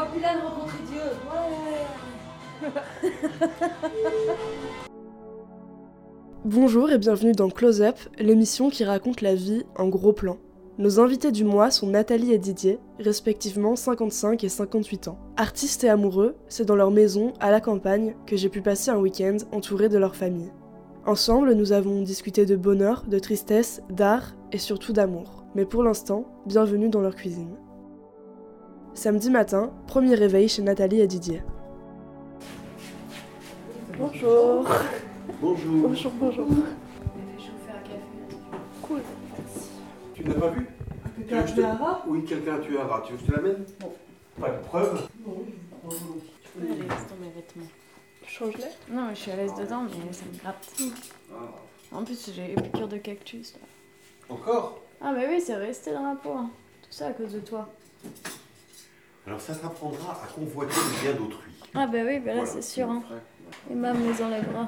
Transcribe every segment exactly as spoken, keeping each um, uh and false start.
puis là, de rencontrer Dieu. Ouais. Bonjour et bienvenue dans Close Up, l'émission qui raconte la vie en gros plan. Nos invités du mois sont Nathalie et Didier, respectivement cinquante-cinq et cinquante-huit ans. Artistes et amoureux, c'est dans leur maison, à la campagne, que j'ai pu passer un week-end entouré de leur famille. Ensemble, nous avons discuté de bonheur, de tristesse, d'art et surtout d'amour. Mais pour l'instant, bienvenue dans leur cuisine. Samedi matin, premier réveil chez Nathalie et Didier. Bonjour. Bonjour. Bonjour, bonjour. Je vais chauffer un café. Cool. Tu ne l'as pas vu? Quelqu'un a tué un rat? Oui, quelqu'un a tué un rat. Tu veux que je te l'amène? Bon. Pas de preuve? Bon, oui, je prends volontiers. Je peux aller dans mes vêtements. Change-les. Non, mais je suis à l'aise dedans, mais ça me gratte. Ah. En plus, j'ai eu piqûre de cactus là. Encore? Ah, mais oui, c'est resté dans la peau. Hein. Tout ça à cause de toi. Alors ça t'apprendra à convoiter le bien d'autrui. Ah, bah oui, bah là, Voilà. c'est sûr. Hein. Et maman les enlèvera.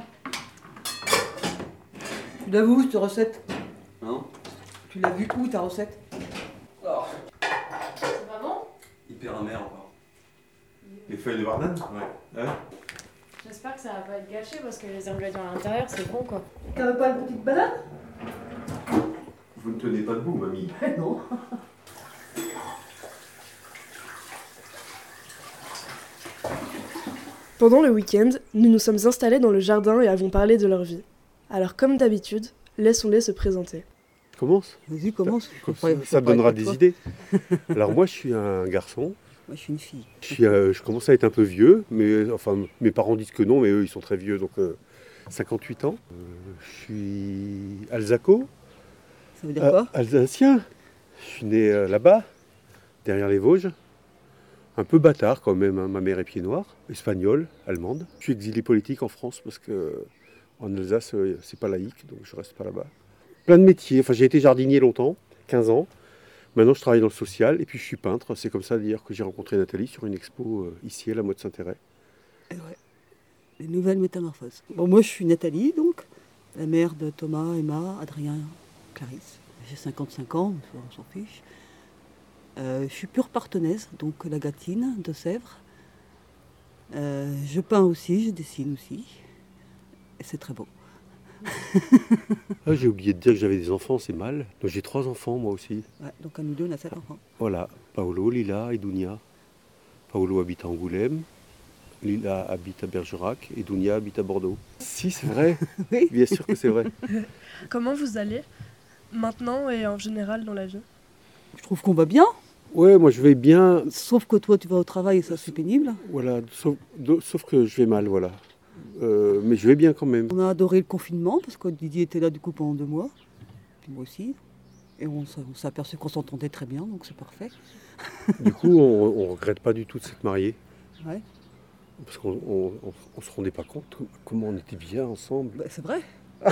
Tu l'as vu où, cette recette? Non? Tu l'as vu où, ta recette? Oh. C'est pas bon? Hyper amer encore. Les feuilles de banane? Ouais. Ouais. J'espère que ça va pas être gâché parce que les ingrédients à l'intérieur, c'est bon quoi. T'as pas une petite banane? Vous ne tenez pas debout, mamie. Non. Pendant le week-end, nous nous sommes installés dans le jardin et avons parlé de leur vie. Alors comme d'habitude, laissons-les se présenter. Je commence. Vas-y, commence. Comme ça, ça me donnera des idées. Alors moi, je suis un garçon. Moi, je suis une fille. Je, suis, euh, je commence à être un peu vieux, mais enfin, mes parents disent que non, mais eux, ils sont très vieux, donc euh, cinquante-huit ans. Euh, je suis alsaco, Ça veut dire quoi? euh, alsacien. Je suis né euh, là-bas, derrière les Vosges. Un peu bâtard quand même, hein. Ma mère est pied noir, espagnole, allemande. Je suis exilé politique en France parce que en Alsace, euh, c'est pas laïque, donc je reste pas là-bas. Plein de métiers. Enfin, j'ai été jardinier longtemps, quinze ans. Maintenant, je travaille dans le social et puis je suis peintre. C'est comme ça d'ailleurs que j'ai rencontré Nathalie sur une expo euh, ici à la Motte Saint-Héret. Et ouais. Les nouvelles métamorphoses. Bon, moi, je suis Nathalie, donc, la mère de Thomas, Emma, Adrien, Clarisse. J'ai cinquante-cinq ans, on s'en fiche. Euh, je suis pure partenaise, donc la Gâtine de Sèvres. Euh, je peins aussi, je dessine aussi. Et c'est très beau. Ah, j'ai oublié de dire que j'avais des enfants, c'est mal. Donc j'ai trois enfants moi aussi. Ouais, donc à nous deux, on a sept enfants. Voilà, Paolo, Lila et Dounia. Paolo habite à Angoulême, Lila habite à Bergerac et Dounia habite à Bordeaux. Si, c'est vrai. Oui. Bien sûr que c'est vrai. Comment vous allez maintenant et en général dans la vie? Je trouve qu'on va bien, Ouais, moi je vais bien. sauf que toi, tu vas au travail et ça, c'est pénible. Voilà, sauf, do- sauf que je vais mal, voilà. Euh, mais je vais bien quand même. On a adoré le confinement, parce que Didier était là du coup pendant deux mois. Puis moi aussi. Et on s'est on s'est aperçu qu'on s'entendait très bien, donc c'est parfait. Du coup, on, on regrette pas du tout de s'être mariés. Ouais. Parce qu'on on, on- on se rendait pas compte comment on était bien ensemble. Bah, c'est vrai.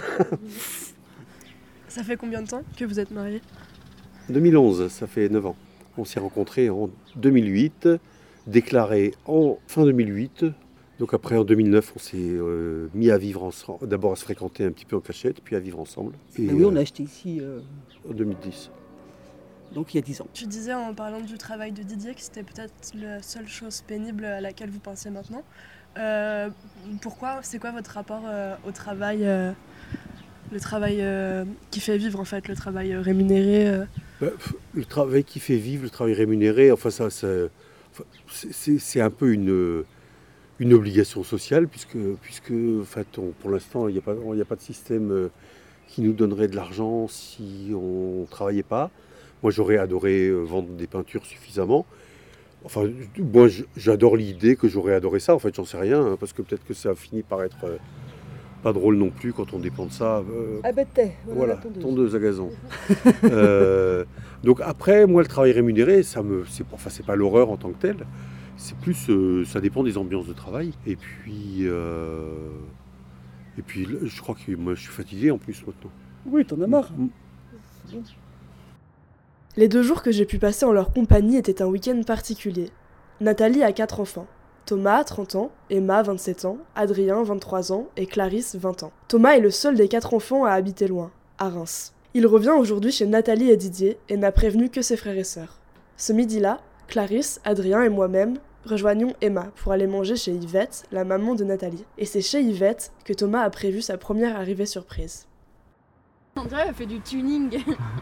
Ça fait combien de temps que vous êtes mariés? deux mille onze, ça fait neuf ans. On s'est rencontrés en deux mille huit, déclarés en fin deux mille huit. Donc après, en deux mille neuf, on s'est euh, mis à vivre ensemble. D'abord à se fréquenter un petit peu en cachette, puis à vivre ensemble. Et Mais oui, on euh, a acheté ici, euh, en deux mille dix. donc il y a dix ans. Tu disais en parlant du travail de Didier que c'était peut-être la seule chose pénible à laquelle vous pensiez maintenant. Euh, pourquoi? C'est quoi votre rapport euh, au travail euh, le travail euh, qui fait vivre en fait, le travail euh, rémunéré euh. Bah, pff, le travail qui fait vivre, le travail rémunéré, enfin ça, ça enfin, c'est- c'est c'est un peu une, une obligation sociale, puisque, puisque en fait, on- pour l'instant, il n'y a, pas- il n'y a pas de système euh, qui nous donnerait de l'argent si on ne travaillait pas. Moi, j'aurais adoré euh, vendre des peintures suffisamment. Enfin, moi, j- j'adore l'idée que j'aurais adoré ça. En fait, j'en sais rien, hein, parce que peut-être que ça finit par être euh, pas drôle non plus quand on dépend de ça. euh, Ah ben t'es, voilà, tondeuse à gazon. Euh, donc après, moi, le travail rémunéré, ça me, c'est, enfin, c'est pas l'horreur en tant que telle. C'est plus, euh, ça dépend des ambiances de travail. Et puis, euh, et puis, là, je crois que moi, je suis fatigué en plus maintenant. Oui, t'en as marre. Mm. Les deux jours que j'ai pu passer en leur compagnie étaient un week-end particulier. Nathalie a quatre enfants. Thomas, trente ans, Emma, vingt-sept ans, Adrien, vingt-trois ans et Clarisse, vingt ans. Thomas est le seul des quatre enfants à habiter loin, à Reims. Il revient aujourd'hui chez Nathalie et Didier et n'a prévenu que ses frères et sœurs. Ce midi-là, Clarisse, Adrien et moi-même rejoignons Emma pour aller manger chez Yvette, la maman de Nathalie. Et c'est chez Yvette que Thomas a prévu sa première arrivée surprise. On dirait qu'elle fait du tuning.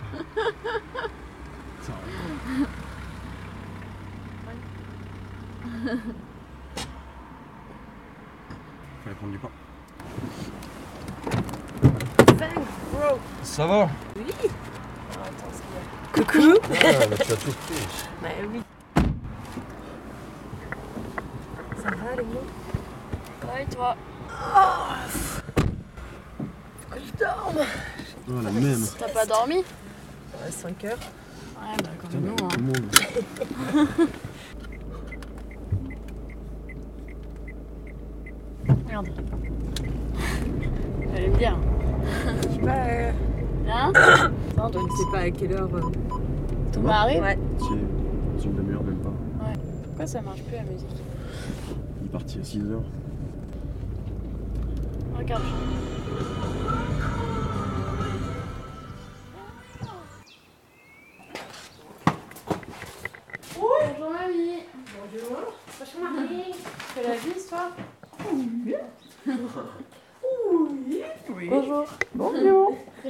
Fallait prendre du pain. Thanks, bro. Ça va? Oui. Oh, attends, ce qu'il y a. Coucou. Ah, mais tu as tout pris. Bah oui. Ça va, les mots? Ouais, et toi? Oh, faut que je dorme. Oh, la même. T'as pas dormi? Ouais, cinq heures. Ouais, bah comme nous, hein. Tout le monde. Merde. J'allais me dire. Je sais pas, euh, Hein? je ne sais pas à quelle heure. euh, Thomas arrive? Ouais. C'est une demi-heure, même pas. Pourquoi ça marche plus la musique? Il est parti à six heures. Regarde. Bonjour mamie. Bonjour. Bonjour mamie. Tu fais la bise toi? Oui. Bonjour. Bonjour.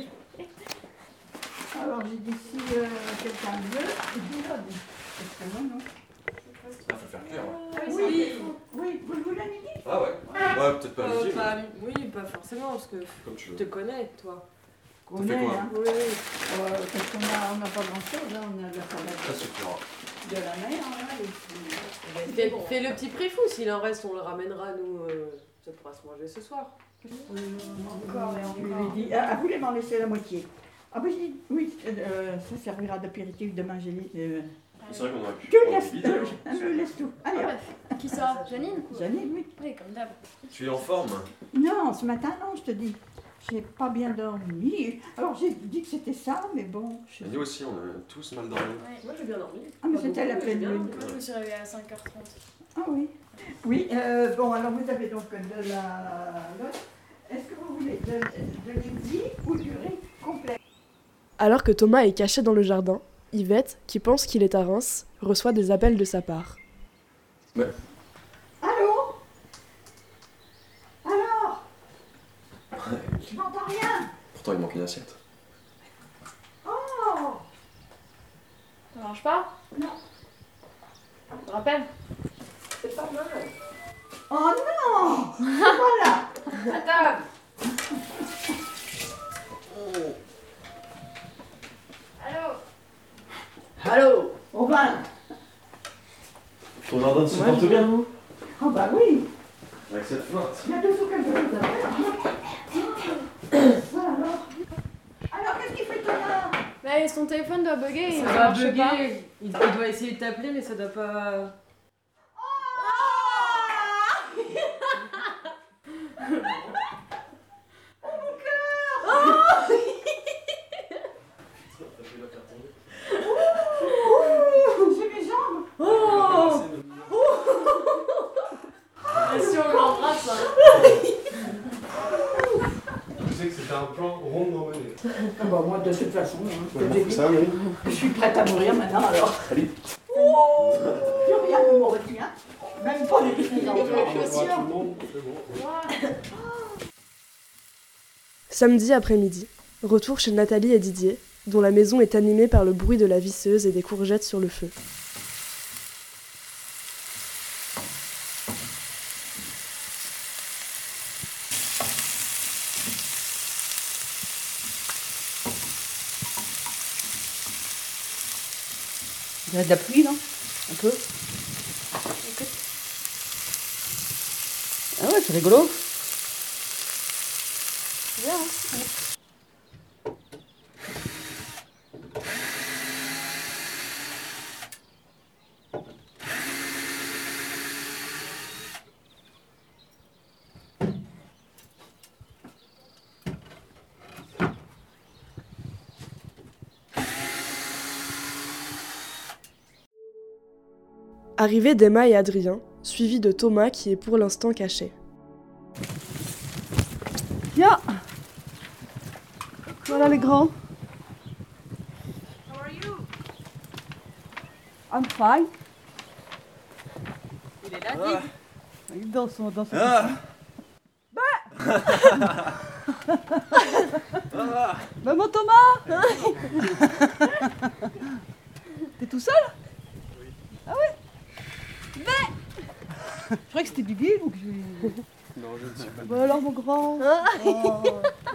Alors j'ai dit si euh, quelqu'un veut, je dis là. Parce que non, non. Ah, faut faire clair. Ah oui, Oui, c'est oui, vous le voulez à midi? Ah ouais? Ouais, peut-être pas à Euh, midi, pas- mais oui, pas forcément, parce que comme tu je veux. te connais, toi. T'as fait quoi? Hein. Oui, oui. Euh, parce qu'on a, on n'a pas grand-chose, hein. On a de la salade Ça suffira. de la mer, là, et puis... Fais, fais le petit prix fou, s'il en reste, on le ramènera, nous. euh, ça pourra se manger ce soir. Encore et Je lui ai encore. dit, ah, vous voulez m'en laisser la moitié? Ah bah j'ai dit, oui, euh, ça servira d'apéritif demain, j'ai dit. Euh, C'est vrai qu'on aurait pu je prendre laisse, des bides, alors. euh, je laisse tout. Allez, Ah hop. ouais. Qui ça? Janine? Janine, oui. Oui, comme d'hab. Tu es en forme? Non, ce matin, non, je te dis. J'ai pas bien dormi. Alors j'ai dit que c'était ça, mais bon. je- Nous aussi, on a tous mal dormi. Ouais. Moi, j'ai bien dormi. Ah, mais Pas c'était la beaucoup, pleine j'ai bien lune. dormi. Moi je me suis réveillée à cinq heures trente. Ah oui. Oui, euh, bon, alors vous avez donc de la... Est-ce que vous voulez de, de midi ou du riz complet? Alors que Thomas est caché dans le jardin, Yvette, qui pense qu'il est à Reims, reçoit des appels de sa part. Allô? Alors? Je n'entends rien. Pourtant, il manque une assiette. Oh! Ça marche pas? Non. Tu te rappelles? C'est pas mal. Oh non! Voilà! À table. Allô? Allô. On va. Ton jardin se porte bien, vous? Oh bah oui! Avec cette flotte. Il y a toujours quelque chose à faire. Ça alors? Alors qu'est-ce qu'il fait Thomas? Mais son téléphone doit bugger et Ça ça va marche pas. bugger. Il, il doit essayer de t'appeler, mais ça doit pas. Ouh, j'ai mes jambes! Oh. Et si on l'embrasse, hein. Tu sais que c'était un plan rond de Normandie. Ah bah moi de toute façon, hein, Ouais, j'ai bon, dit, ça, oui. je suis prête à mourir maintenant alors. Allez. Plus rien ne me retient. Même pas les petits enfants. Tout le monde, c'est bon. Samedi après-midi, retour chez Nathalie et Didier, dont la maison est animée par le bruit de la visseuse et des courgettes sur le feu. Il y a de la pluie, non? Un peu. Ah ouais, c'est rigolo. C'est bien, hein. Arrivée d'Emma et Adrien, suivi de Thomas qui est pour l'instant caché. Tiens. Voilà les grands. How are you? I'm fine. Ah, il danse dans son Ah. Maman Thomas. T'es tout seul? Oui. Ah ouais? Mais je croyais que c'était du guide ou que je... Non, je ne suis pas. Bah alors mon grand. Oh.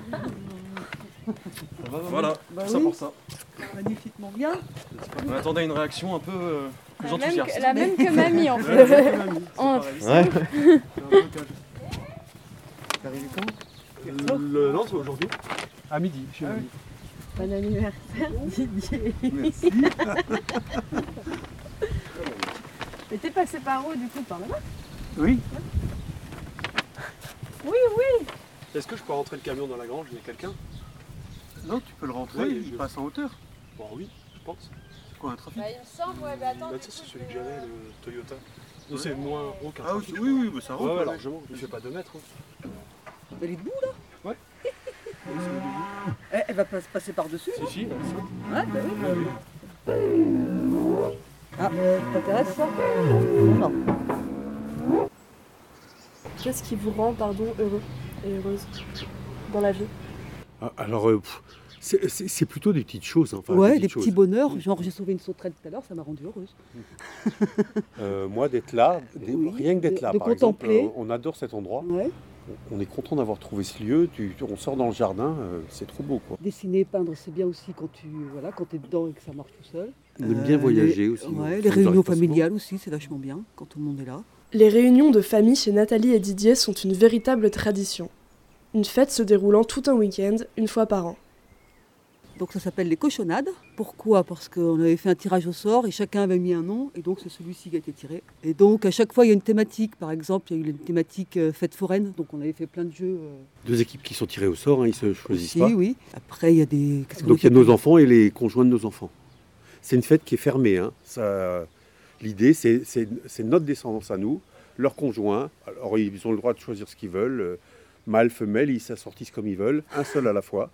Ça va, Voilà. Bah Tout ça oui. pour ça. Magnifiquement bien. On attendait une réaction un peu euh, plus La même, enthousiaste. que, la même que mamie en fait. Ouais, c'est pareil. En- Ouais. T'es arrivé quand Le non, c'est aujourd'hui. À midi, chez Ah mamie. Bon anniversaire Didier. Merci. Mais t'es passé par où du coup? Par là-bas? Oui. Oui, oui. Est-ce que je peux rentrer le camion dans la grange? Il y a quelqu'un? Non, tu peux le rentrer, Oui, il je- passe en hauteur. Bon, oui, je pense. C'est quoi un trafic? Bah il me semble, ouais, bah attends. Bah, tu sais, c'est celui que j'avais, le Toyota. Non, c'est moins haut qu'un Ah oui, trafic. oui, oui, bah, ça rentre. Ouais, ouais, ouais. largement. Il fait pas deux mètres. hein. Elle est debout là. Ouais. Elle, elle va pas se passer par-dessus. Si, si, là, ça. Ouais, bah oui. Ah, t'intéresse ça? Non, non. Qu'est-ce qui vous rend, pardon, heureux et heureuse dans la vie? Ah, alors, euh, pff, c'est- c'est c'est plutôt des petites choses. Enfin, Ouais, petites des choses. petits bonheurs. Genre j'ai sauvé une sauterelle tout à l'heure, ça m'a rendue heureuse. Euh, moi, d'être là, des- Oui, rien que d'être de- là, de par exemple, contempler. euh, on adore cet endroit. Ouais. On est content d'avoir trouvé ce lieu. Tu- on sort dans le jardin, euh, c'est trop beau, quoi. Dessiner, peindre, c'est bien aussi quand tu voilà, quand es dedans et que ça marche tout seul. On aime bien Euh, voyager les- aussi. Ouais, ça les nous arrive réunions pas souvent. familiales aussi, c'est vachement bien quand tout le monde est là. Les réunions de famille chez Nathalie et Didier sont une véritable tradition. Une fête se déroulant tout un week-end, une fois par an. Donc ça s'appelle les cochonnades. Pourquoi? Parce qu'on avait fait un tirage au sort et chacun avait mis un nom et donc c'est celui-ci qui a été tiré. Et donc à chaque fois il y a une thématique. Par exemple, il y a eu une thématique euh, fête foraine, donc on avait fait plein de jeux. euh, Deux équipes qui sont tirées au sort, hein, ils se choisissent aussi, pas. oui. Après il y a des. qu'est-ce qu'on Donc il y a appelle nos enfants et les conjoints de nos enfants. C'est une fête qui est fermée. Hein. Ça, l'idée, c'est, c'est, c'est notre descendance à nous, leurs conjoints. Alors ils ont le droit de choisir ce qu'ils veulent. euh, Mâle, femelle, ils s'assortissent comme ils veulent, un seul à la fois.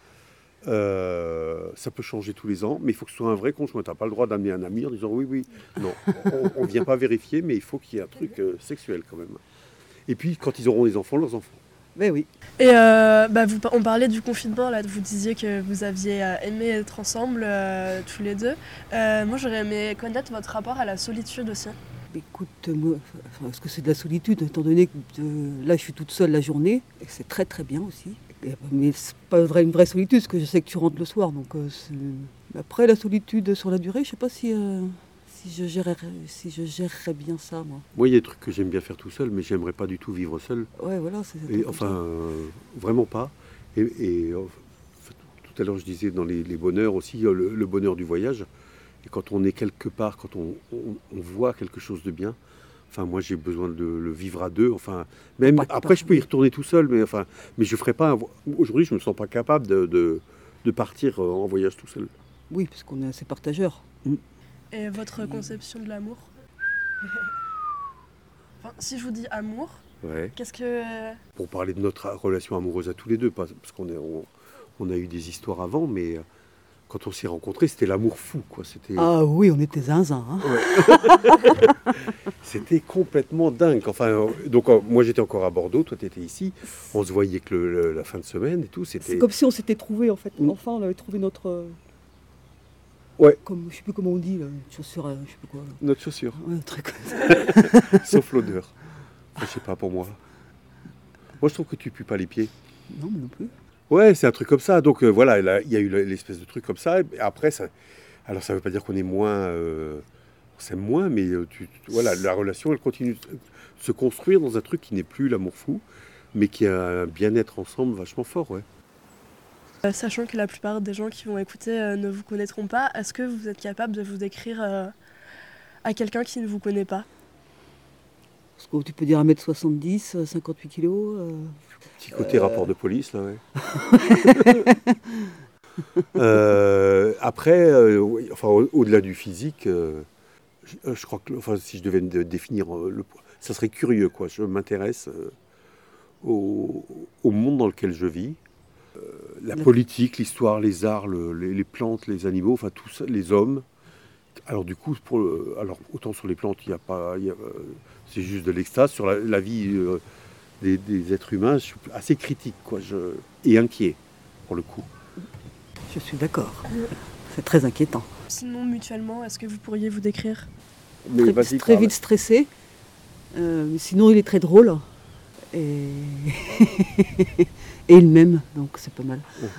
Euh, ça peut changer tous les ans, mais il faut que ce soit un vrai conjoint. Tu n'as pas le droit d'amener un ami en disant oui, oui. Non, on ne vient pas vérifier, mais il faut qu'il y ait un truc euh, sexuel quand même. Et puis quand ils auront des enfants, leurs enfants. Ben oui. Et euh, bah vous, on parlait du confinement, là, vous disiez que vous aviez euh, aimé être ensemble euh, tous les deux. Euh, moi j'aurais aimé connaître votre rapport à la solitude aussi. Écoute, moi, enfin, est-ce que c'est de la solitude, étant donné que euh, là je suis toute seule la journée, et c'est très très bien aussi. Et, mais c'est pas vrai, une vraie solitude, parce que je sais que tu rentres le soir. Donc euh, c'est- après la solitude sur la durée, je sais pas si, euh, si, je gérerais, si je gérerais bien ça, moi. Moi, il y a des trucs que j'aime bien faire tout seul, mais j'aimerais pas du tout vivre seul. Ouais, voilà. C'est, Et, enfin, euh, vraiment pas. Et, et, euh, tout à l'heure, je disais dans les, les bonheurs aussi, euh, le, le bonheur du voyage. Et quand on est quelque part, quand on, on- on voit quelque chose de bien, enfin, moi, j'ai besoin de le vivre à deux. Enfin, même Pas- après, pas- je peux y retourner tout seul, mais enfin, mais je ferai pas. Un vo- Aujourd'hui, je me sens pas capable de, de, de partir euh, en voyage tout seul. Oui, parce qu'on est assez partageurs. Et votre conception de l'amour? Enfin, si je vous dis amour, Ouais. qu'est-ce que... Pour parler de notre relation amoureuse à tous les deux, pas- parce qu'on est, on, on a eu des histoires avant, mais euh, quand on s'est rencontrés, c'était l'amour fou, quoi. C'était, Ah oui, on était zinzin. Hein. c'était complètement dingue. Enfin, euh, donc euh, moi j'étais encore à Bordeaux, toi tu étais ici. On se voyait que le- le- la fin de semaine et tout. C'était. C'est comme si on s'était trouvé en fait. Mm. Enfin, on avait trouvé notre. euh, Ouais. Comme, je sais plus comment on dit, là, une chaussure, euh, je sais plus quoi. là. Notre chaussure, Ouais, un truc comme ça. sauf l'odeur. Enfin, je sais pas pour moi. Moi je trouve que tu pues pas les pieds. Non, mais non plus. Ouais, c'est un truc comme ça. Donc euh, voilà, là, il y a eu l'espèce de truc comme ça. Et après, ça, alors ça veut pas dire qu'on est moins, euh, on s'aime moins, mais euh, tu, tu- voilà, la relation, elle continue de se construire dans un truc qui n'est plus l'amour fou, mais qui a un bien-être ensemble vachement fort, ouais. Euh, sachant que la plupart des gens qui vont écouter euh, ne vous connaîtront pas, est-ce que vous êtes capable de vous décrire euh, à quelqu'un qui ne vous connaît pas? Parce que tu peux dire un mètre soixante-dix, euh, cinquante-huit kilos. euh, Petit côté rapport de police, là, ouais. Euh, après, euh, oui, enfin, au- au-delà du physique, euh, je, euh, je crois que, enfin, si je devais me dé- définir, euh, le, ça serait curieux, quoi. Je m'intéresse euh, au, au monde dans lequel je vis. Euh, la La- politique, l'histoire, les arts, le- les, les plantes, les animaux, enfin tout ça, les hommes. Alors du coup, pour le- alors autant sur les plantes, il y a pas, il y a, euh, c'est juste de l'extase sur la, la vie euh, des, des êtres humains. Je suis assez critique, quoi, je, et inquiet, pour le coup. Je suis d'accord. C'est très inquiétant. Sinon, mutuellement, est-ce que vous pourriez vous décrire? Mais Très, vas-y, très parle. vite stressé. Euh, mais sinon, il est très drôle. Et, et il m'aime, donc c'est pas mal.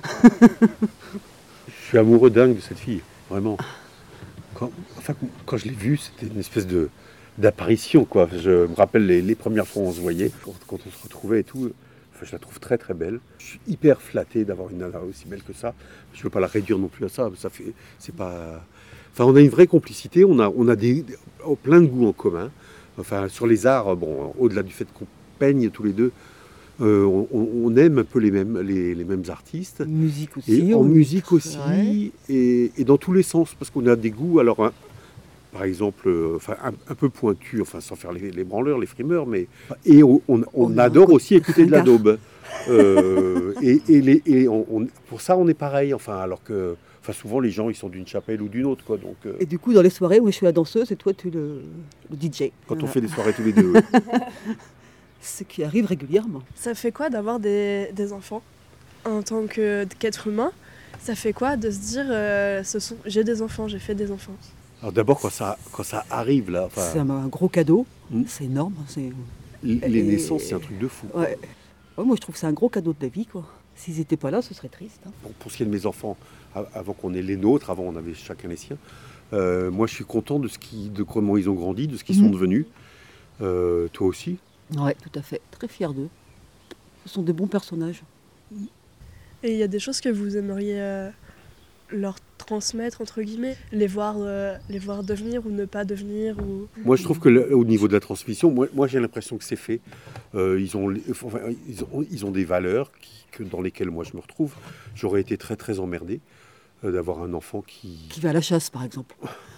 Je suis amoureux dingue de cette fille, vraiment. Quand, enfin, quand je l'ai vue, c'était une espèce de, d'apparition, quoi. Je me rappelle les, les premières fois où on se voyait, quand, quand on se retrouvait et tout. Enfin, je la trouve très très belle. Je suis hyper flatté d'avoir une nana aussi belle que ça. Je ne veux pas la réduire non plus à ça. Ça fait, c'est pas... Enfin, on a une vraie complicité. On a, on a des, des, plein de goûts en commun. Enfin, sur les arts, bon, au-delà du fait qu'on peigne tous les deux, euh, on, on aime un peu les mêmes, les, les mêmes artistes. Musique aussi. Et en on... musique aussi, ouais. et, et dans tous les sens, parce qu'on a des goûts, alors, hein, par exemple, euh, enfin, un, un peu pointus, enfin, sans faire les, les branleurs, les frimeurs, mais... Et on, on, on, on adore aussi écouter de la daube. Euh, et et, les, et on, on, pour ça, on est pareil, enfin, alors que... Enfin, souvent, les gens, ils sont d'une chapelle ou d'une autre, quoi, donc... Euh... Et du coup, dans les soirées, moi, je suis la danseuse et toi, tu es le, le D J. Quand voilà. on fait des soirées tous les deux. Ouais. Ce qui arrive régulièrement. Ça fait quoi d'avoir des, des enfants en tant que, qu'être humain? Ça fait quoi de se dire euh, ce sont, j'ai des enfants, j'ai fait des enfants? Alors d'abord, quand ça, quand ça arrive, là... Enfin, c'est un, un gros cadeau, hmm. c'est énorme. C'est... Les et... naissances, c'est un truc de fou. Ouais. Ouais, moi, je trouve que c'est un gros cadeau de la vie, quoi. S'ils n'étaient pas là, ce serait triste. Hein. Pour, pour ce qui est de mes enfants, avant qu'on ait les nôtres, avant on avait chacun les siens, euh, moi je suis content de, ce qui, de comment ils ont grandi, de ce qu'ils mmh. sont devenus. Euh, toi aussi? Oui, tout à fait. Très fier d'eux. Ce sont des bons personnages. Et il y a des choses que vous aimeriez euh, leur transmettre, entre guillemets, les voir, euh, les voir devenir ou ne pas devenir ou... Moi je trouve qu'au niveau de la transmission, moi, moi j'ai l'impression que c'est fait. Euh, ils, ont, enfin, ils, ont, ils ont des valeurs qui, que, dans lesquelles moi je me retrouve. J'aurais été très très emmerdé euh, d'avoir un enfant qui... Qui va à la chasse par exemple.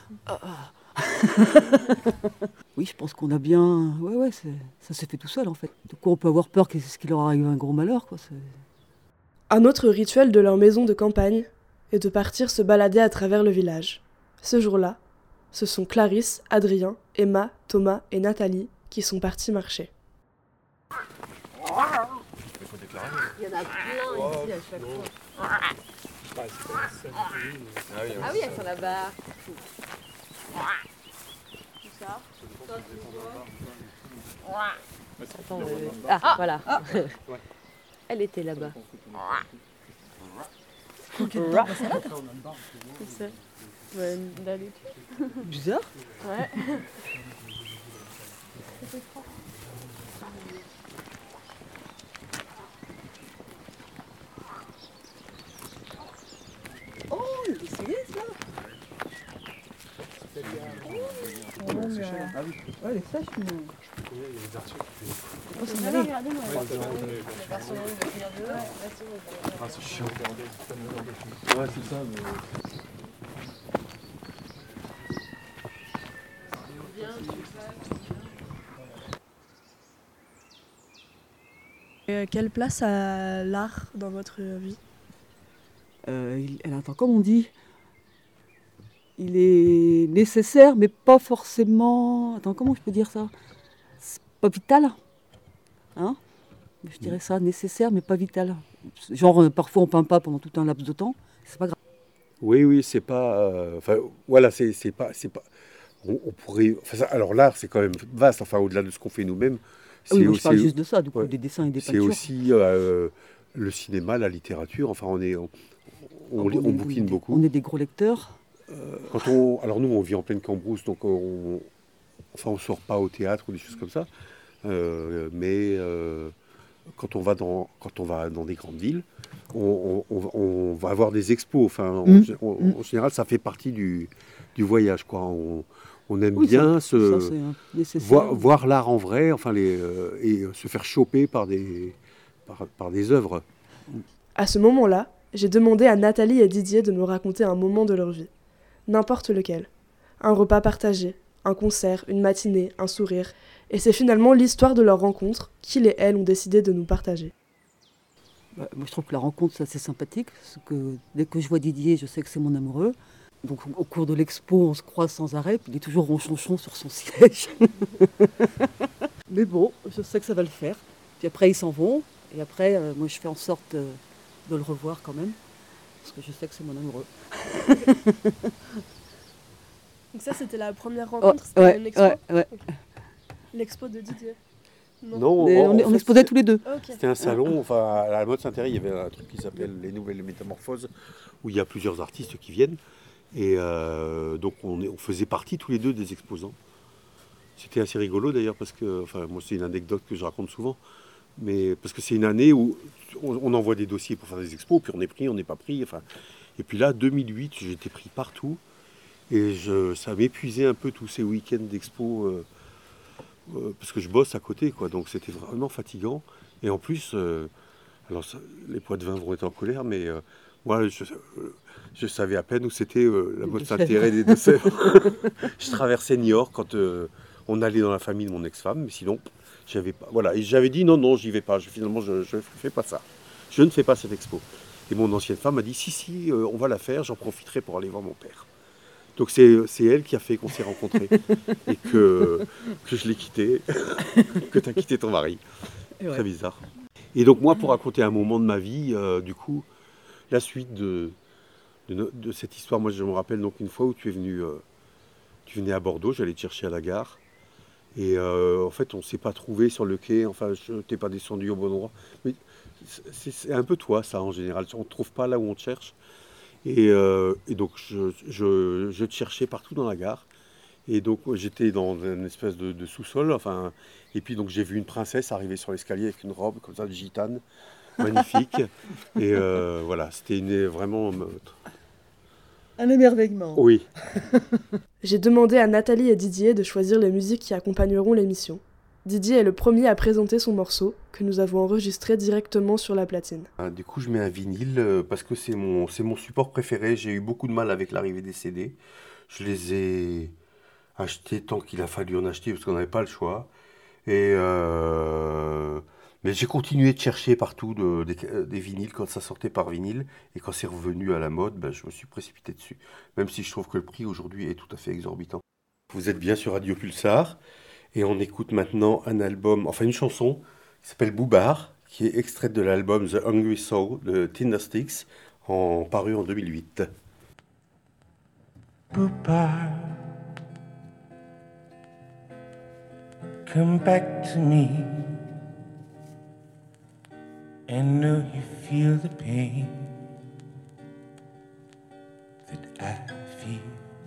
Oui, je pense qu'on a bien... Ouais, ouais, c'est... ça s'est fait tout seul en fait. De quoi on peut avoir peur qu'est-ce qu'il leur arrive un gros malheur, quoi. C'est... Un autre rituel de leur maison de campagne est de partir se balader à travers le village. Ce jour-là, ce sont Clarisse, Adrien, Emma, Thomas et Nathalie qui sont partis marcher. Il y en a plein ici à chaque fois. Ah oui, elles sont là-bas. Tout ça. Attends, euh... ah, ah, voilà. Ah. Elle était là-bas. C'est ça. Ouais, d'aller. Bizarre. Ouais. Oh, le céleste là. Oh, ah oui. Ouais, les sèches, mais... Il y a des archives qui fait... Oh, c'est malin. Regardez-moi. Ah, c'est chiant. Ouais, c'est ça, mais... Euh, quelle place a l'art dans votre vie? euh, il, elle attend, comme on dit, il est nécessaire, mais pas forcément... Attends, comment je peux dire ça? C'est pas vital, hein? Je dirais ça, nécessaire, mais pas vital. Genre, euh, parfois on peint pas pendant tout un laps de temps, c'est pas grave. Oui, oui, c'est pas... Euh, enfin, voilà, c'est, c'est pas... C'est pas on, on pourrait... Enfin, ça, alors l'art, c'est quand même vaste, enfin, au-delà de ce qu'on fait nous-mêmes. Ah oui, moi, aussi, je parle juste de ça, du coup, ouais, des dessins et des c'est peintures. C'est aussi euh, le cinéma, la littérature, enfin, on est... On, on, on, on, on est, bouquine on est, beaucoup. On est des gros lecteurs. Euh, quand on, alors nous, on vit en pleine Cambrousse, donc on... Enfin, on sort pas au théâtre ou des choses comme ça. Euh, mais... Euh, Quand on, va dans, quand on va dans des grandes villes, on, on, on va avoir des expos. Enfin, mmh. en, en, en général, ça fait partie du, du voyage, quoi. On, on aime oui, bien ça, se, ça, voir, voir l'art en vrai, enfin, les, euh, et se faire choper par des, par, par des œuvres. À ce moment-là, j'ai demandé à Nathalie et Didier de me raconter un moment de leur vie. N'importe lequel. Un repas partagé, un concert, une matinée, un sourire... Et c'est finalement l'histoire de leur rencontre qu'ils et elles ont décidé de nous partager. Bah, moi, je trouve que la rencontre, c'est assez sympathique. Parce que dès que je vois Didier, je sais que c'est mon amoureux. Donc au cours de l'expo, on se croise sans arrêt, puis il est toujours ronchonchon sur son siège. Mais bon, je sais que ça va le faire. Puis après, ils s'en vont, et après, euh, moi je fais en sorte euh, de le revoir quand même, parce que je sais que c'est mon amoureux. Donc ça, c'était la première rencontre, Oh, c'était ouais, une expo ouais, ouais. Ok. L'expo de Didier. Non, Mais en- on, en on fait, exposait tous les deux. Ok. C'était un salon, enfin à la mode Saint-Thérèse, il y avait un truc qui s'appelle les Nouvelles Métamorphoses, où il y a plusieurs artistes qui viennent. Et euh, donc on, est- on faisait partie tous les deux des exposants. C'était assez rigolo d'ailleurs, parce que, enfin moi c'est une anecdote que je raconte souvent, mais parce que c'est une année où on, on envoie des dossiers pour faire des expos, puis on est pris, on n'est pas pris. Enfin, et puis là, deux mille huit, j'étais pris partout, et je, ça m'épuisait un peu tous ces week-ends d'expo. euh, Euh, parce que je bosse à côté, quoi. Donc c'était vraiment fatigant. Et en plus, euh, alors ça, les poids de vin vont être en colère, mais euh, moi, je, euh, je savais à peine où c'était euh, la Les mode Deux-Sèvres. Saint-Thérèse des Deux-Sèvres. Je traversais Niort quand euh, on allait dans la famille de mon ex-femme, mais sinon, j'avais pas. Voilà, et j'avais dit non, non, j'y vais pas. Je, finalement, je ne fais pas ça. Je ne fais pas cette expo. Et mon ancienne femme m'a dit si, si, euh, on va la faire. J'en profiterai pour aller voir mon père. Donc c'est, c'est elle qui a fait qu'on s'est rencontrés et que, que je l'ai quitté, que tu as quitté ton mari. Et ouais. Très bizarre. Et donc moi, pour raconter un moment de ma vie, euh, du coup, la suite de, de, no- de cette histoire, moi je me rappelle donc une fois où tu es venu, euh, tu venais à Bordeaux, j'allais te chercher à la gare. Et euh, en fait, on ne s'est pas trouvé sur le quai, enfin, je t'ai pas descendu au bon endroit. Mais c'est, c'est un peu toi, ça, en général. On ne te trouve pas là où on te cherche. Et, euh, et donc, je, je, je te cherchais partout dans la gare. Et donc, j'étais dans une espèce de, de sous-sol. Enfin, et puis, donc, j'ai vu une princesse arriver sur l'escalier avec une robe comme ça de gitane, magnifique. Et euh, voilà, c'était une, vraiment. euh, Un émerveillement. Oui. J'ai demandé à Nathalie et Didier de choisir les musiques qui accompagneront l'émission. Didier est le premier à présenter son morceau, que nous avons enregistré directement sur la platine. Ah, Du coup, je mets un vinyle euh, parce que c'est mon, c'est mon support préféré. J'ai eu beaucoup de mal avec l'arrivée des C D. Je les ai achetés tant qu'il a fallu en acheter parce qu'on n'avait pas le choix. Et euh, mais j'ai continué de chercher partout de- des, euh, des vinyles quand ça sortait par vinyle. Et quand c'est revenu à la mode, ben, je me suis précipité dessus. Même si je trouve que le prix aujourd'hui est tout à fait exorbitant. Vous êtes bien sur Radio Pulsar. Et on écoute maintenant un album, enfin une chanson qui s'appelle Boubard, qui est extraite de l'album The Hungry Soul de Tindersticks, en, paru en deux mille huit. Boubard, come back to me. I know you feel the pain that I feel.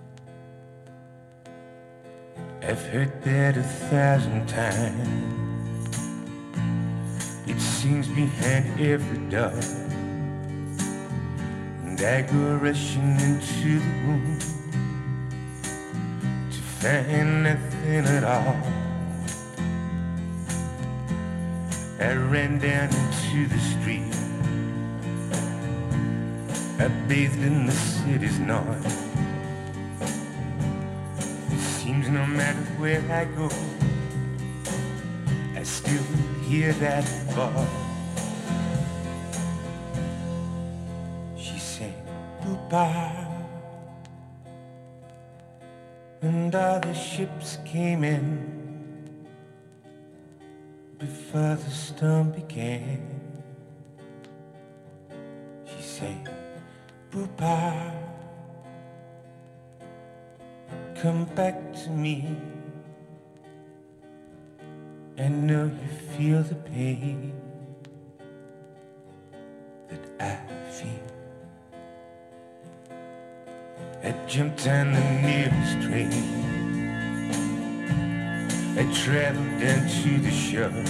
I've heard that a thousand times. It seems behind every door. And I go rushing into the room to find nothing at all. I ran down into the street. I bathed in the city's noise. Seems no matter where I go, I still hear that voice. She sang, Boubard. And all the ships came in before the storm began. She sang, Boubard, come back to me. I know you feel the pain that I feel. I jumped on the nearest train. I traveled down to the shore.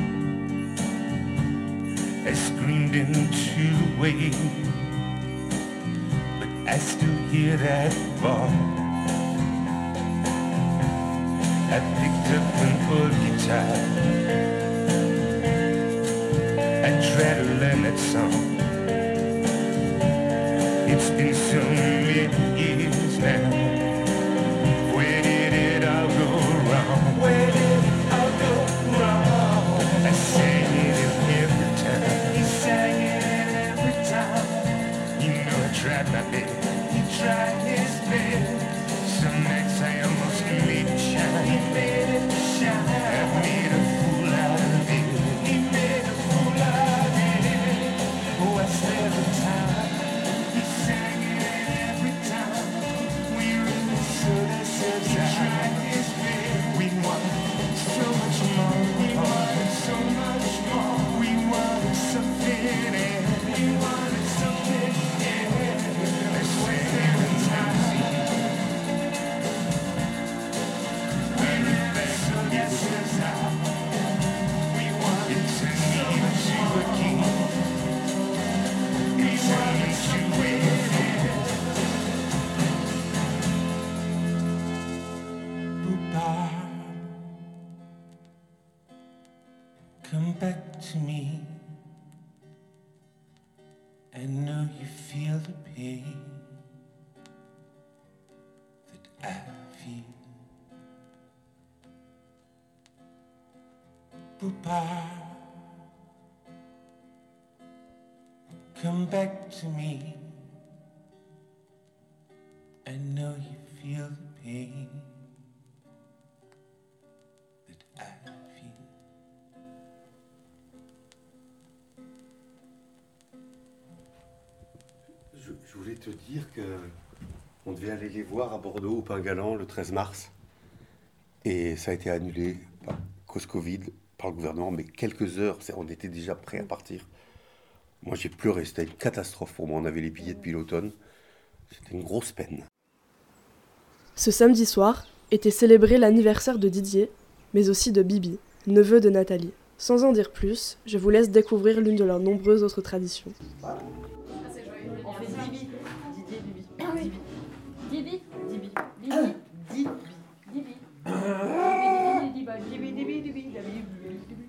I screamed into the waves, but I still hear that voice. I picked up an old guitar. I tried to learn that song. It's been so many years now. Where did it all go wrong? Where did it all go wrong? I sang it every time. You sang it every time. You know I tried my best. He tried his best. he made it shine. Made a fool out of it. He made a fool out of it. West every time. He sang it every time. We really should have said he tried his best. We wanted so much more. We wanted so much more. We wanted something. We wanted something. West every time. We really should have said we wanted to see you again. We wanted to win. Booba, come back to me. I know you feel the pain that I feel. Booba, come back to me. I know you feel the pain that I feel. Je, je voulais te dire que on devait aller les voir à Bordeaux, au Pingalan, le treize mars. Et ça a été annulé à cause Covid par le gouvernement, mais quelques heures, c'est- on était déjà prêts à partir. Moi, j'ai pleuré, c'était une catastrophe pour moi. On avait les billets depuis l'automne. C'était une grosse peine. Ce samedi soir était célébré l'anniversaire de Didier, mais aussi de Bibi, neveu de Nathalie. Sans en dire plus, je vous laisse découvrir l'une de leurs nombreuses autres traditions. On fait Dibi. Didier, Bibi. Dibi. Dibi. Dibi. Dibi. Dibi. Dibi, Dibi, Dibi, Dibi, Dibi.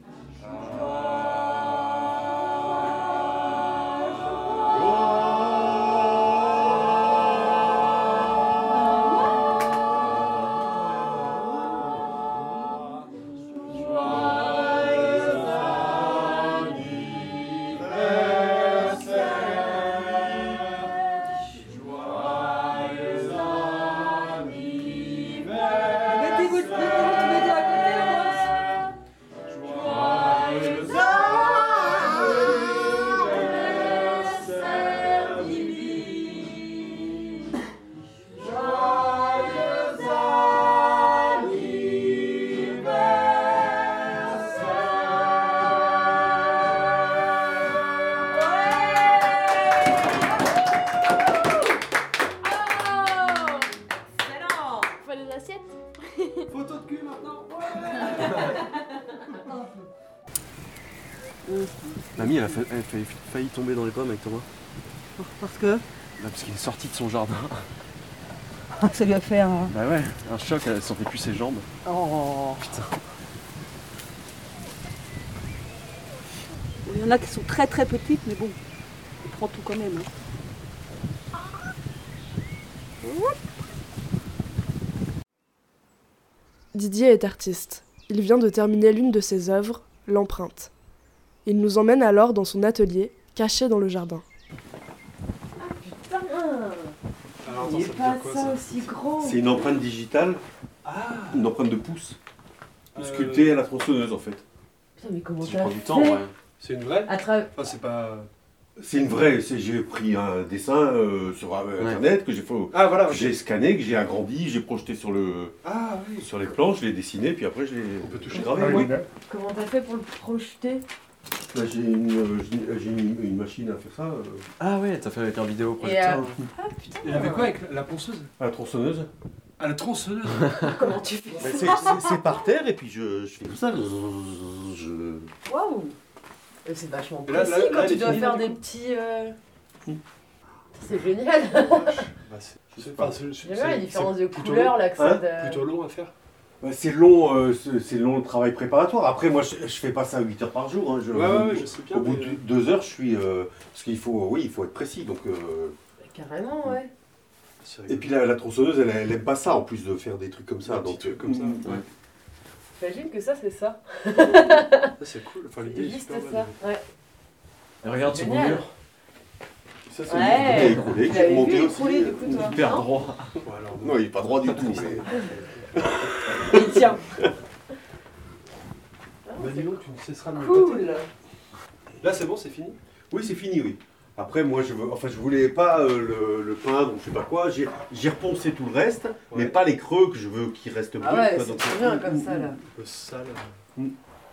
Mettez-vous tous les deux à côté, Rose. Excellent. Faut les assiettes. Photo de cul maintenant. Mamie, elle a, fa- elle a failli, failli tomber dans les pommes avec Thomas. Parce que Bah, parce qu'il est sorti de son jardin. ça lui a fait un... Bah ouais, un choc, elle sentait plus ses jambes. Oh. Putain. Il y en a qui sont très très petites, mais bon, on prend tout quand même. hein. Didier est artiste. Il vient de terminer l'une de ses œuvres, L'Empreinte. Il nous emmène alors dans son atelier, caché dans le jardin. Putain. Alors, Il attends, est ça veut pas dire quoi, ça ça aussi grand. C'est une empreinte digitale, Ah une empreinte de pouce, Euh, sculptée à la tronçonneuse en fait. Putain, mais comment Ça t'as prend fait du temps, ouais. C'est une vraie À travers. Enfin, c'est pas... C'est une vraie, c'est- j'ai pris un dessin euh, sur euh, Ouais. internet que j'ai fait, Ah, voilà, que ok. j'ai scanné, que j'ai agrandi, j'ai projeté sur le Ah, oui. sur les planches, je l'ai dessiné, puis après je l'ai On peut toucher. j'ai gravé. Ah, oui. Comment t'as fait pour le projeter? Là, j'ai une, euh, j'ai- j'ai une, une machine à faire ça, euh, Ah ouais, t'as fait avec un vidéo Et projecteur. euh, Ah putain. Et avec quoi? Avec la ponceuse? à la tronçonneuse. À la tronçonneuse? Comment tu fais Ben, ça? c'est- c'est c'est par terre, et puis je, je fais tout ça. Je, je- Waouh. Mais c'est vachement Et là- précis là- quand là, elle tu est dois finie, faire là, des du coup petits. euh, Mm. C'est génial. Bah, c'est- je sais pas. c'est- J'aime c'est- bien la c'est différence de plutôt couleurs long. là que Hein ça. de- Plutôt long à faire. Ben, c'est long, euh, c'est c'est long le travail préparatoire. Après, moi, je, je fais pas ça huit heures par jour. hein. Je- Ouais, ouais, ouais, je sais bien. Au bout mais, de euh, deux heures, je suis. euh, parce qu'il faut, oui, il faut être précis. Donc, euh, Carrément, ouais. c'est et rigolo. puis la, la tronçonneuse, elle, elle aime pas ça en plus de faire des trucs comme ça. Un petit Donc, truc comme ça. mm, Ouais. J'imagine que ça, c'est ça. Ça, c'est cool. Enfin, l'idée C'est est juste super ça. bonne. Ouais. Et regarde ce beau Génial. mur. Ça, c'est Ouais. le écroulé, Tu j'ai l'avais monté vu aussi. écrouler, du coup, toi Hyper non droit. Bon, alors, Non, il est pas droit du tout. Mais... Il tient. Bah dis donc, tu ne cesseras de me Cool. tâter. Là, c'est bon, c'est fini? Oui, c'est fini, oui. Après, moi, je veux, enfin, je voulais pas euh, le, le peindre ou je sais pas quoi. J'ai, j'ai reponcé tout le reste, mais Ouais. pas les creux que je veux qui restent bruts. Ah ouais, quoi. c'est Donc, trop bien comme ça là. Un peu sale. Oh,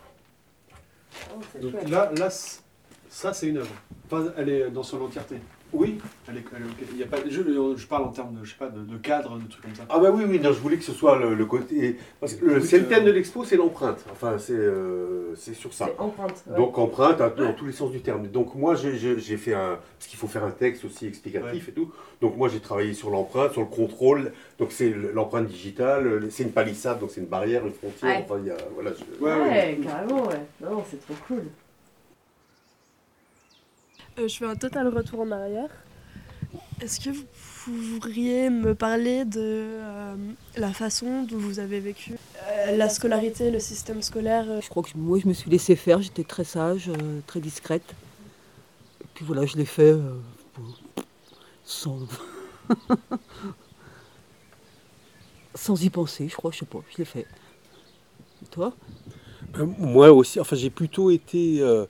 c'est Donc chouette. là, là, c- ça, c'est une œuvre. Enfin, elle est dans son entièreté. Oui. Elle est, elle est ok. Il y a pas, je, je parle en termes de, je sais pas, de, de cadre, de trucs comme ça. Ah bah oui, oui, non, je voulais que ce soit le, le côté... Parce que le, Écoute, c'est le thème euh, de l'expo, c'est l'empreinte. Enfin, c'est, euh, c'est sur ça. C'est empreinte. ouais. Donc empreinte à- dans tous les sens du terme. Donc moi j'ai, j'ai, j'ai fait un... Parce qu'il faut faire un texte aussi explicatif et tout. Donc moi j'ai travaillé sur l'empreinte, sur le contrôle. Donc c'est l'empreinte digitale, c'est une palissade, donc c'est une barrière, une frontière. Ouais. Enfin il y a... Voilà, je- Ouais, Ouais, ouais. carrément, ouais. Non, c'est trop cool. Euh, je fais un total retour en arrière. Est-ce que vous pourriez me parler de euh, la façon dont vous avez vécu euh, la scolarité, le système scolaire euh, Je crois que moi, je me suis laissée faire, j'étais très sage, euh, très discrète. Et puis voilà, je l'ai fait euh, sans... sans y penser, je crois, je sais pas, je l'ai fait. Et toi? Euh, Moi aussi, enfin j'ai plutôt été euh,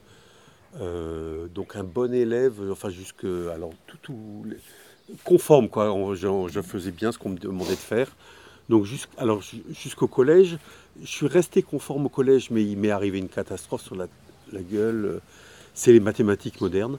euh, donc un bon élève, enfin jusque alors tout, tout les- conforme quoi. On- Je, je faisais bien ce qu'on me demandait de faire. Donc jusqu'- alors ju- jusqu'au collège, je suis resté conforme au collège, mais il m'est arrivé une catastrophe sur la, la gueule. C'est les mathématiques modernes,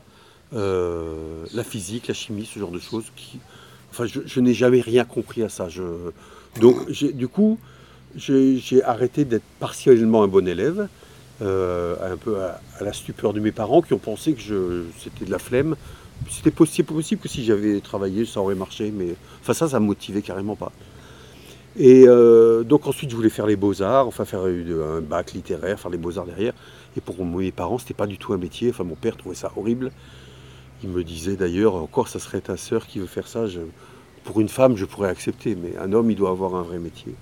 euh, la physique, la chimie, ce genre de choses. Qui, enfin, je, je n'ai jamais rien compris à ça. Je, donc j'ai- du coup. J'ai j'ai arrêté d'être partiellement un bon élève, euh, un peu à, à la stupeur de mes parents qui ont pensé que je- c'était de la flemme. C'était possible, possible que si j'avais travaillé, ça aurait marché, mais enfin ça, ça me motivait carrément pas. Et euh, donc ensuite, je voulais faire les beaux-arts, enfin faire une- un bac littéraire, faire les beaux-arts derrière. Et pour mes parents, c'était pas du tout un métier. Enfin, mon père trouvait ça horrible. Il me disait d'ailleurs, encore, ça serait ta sœur qui veut faire ça. Je- pour une femme, je pourrais accepter, mais un homme, il doit avoir un vrai métier.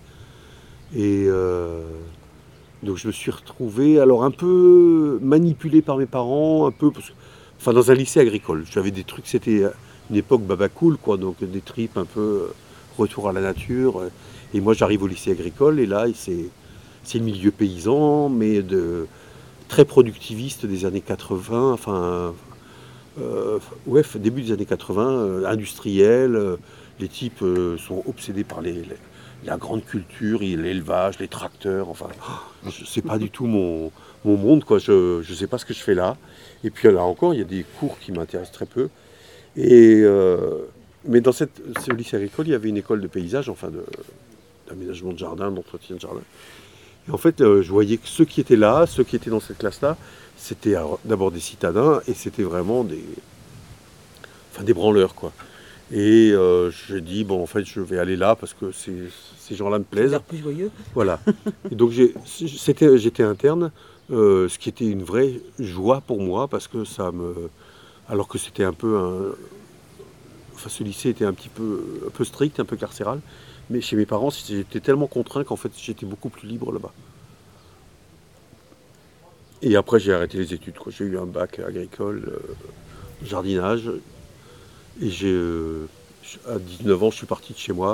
Et euh, donc je me suis retrouvé alors un peu manipulé par mes parents, un peu, parce que- enfin dans un lycée agricole. J'avais des trucs, c'était une époque baba cool, quoi, donc des tripes un peu euh, retour à la nature. Et moi j'arrive au lycée agricole et là c'est c'est le milieu paysan, mais de très productiviste des années quatre-vingts, enfin euh, ouais, début des années quatre-vingts, euh, industriel. euh, les types euh, sont obsédés par les, les- la grande culture, et l'élevage, les tracteurs, enfin, je sais pas du tout mon, mon monde, quoi. Je ne sais pas ce que je fais là. Et puis là encore, il y a des cours qui m'intéressent très peu. Et, euh, mais dans cette, ce lycée agricole, il y avait une école de paysage, enfin de- d'aménagement de jardin, d'entretien de jardin. Et en fait, euh, je voyais que ceux qui étaient là, ceux qui étaient dans cette classe-là, c'était alors, d'abord des citadins et c'était vraiment des, enfin, des branleurs, quoi. Et euh, j'ai dit, bon, en fait, je vais aller là parce que ces, ces gens-là me plaisent. Plus joyeux. Voilà. Et donc, j'ai- c'était, j'étais interne, euh, ce qui était une vraie joie pour moi parce que ça me. Alors que c'était un peu un. Enfin, ce lycée était un petit peu, un peu strict, un peu carcéral. Mais chez mes parents, j'étais tellement contraint qu'en fait, j'étais beaucoup plus libre là-bas. Et après, j'ai arrêté les études, quoi. J'ai eu un bac agricole, euh, jardinage. Et j'ai, euh, à dix-neuf ans, je suis parti de chez moi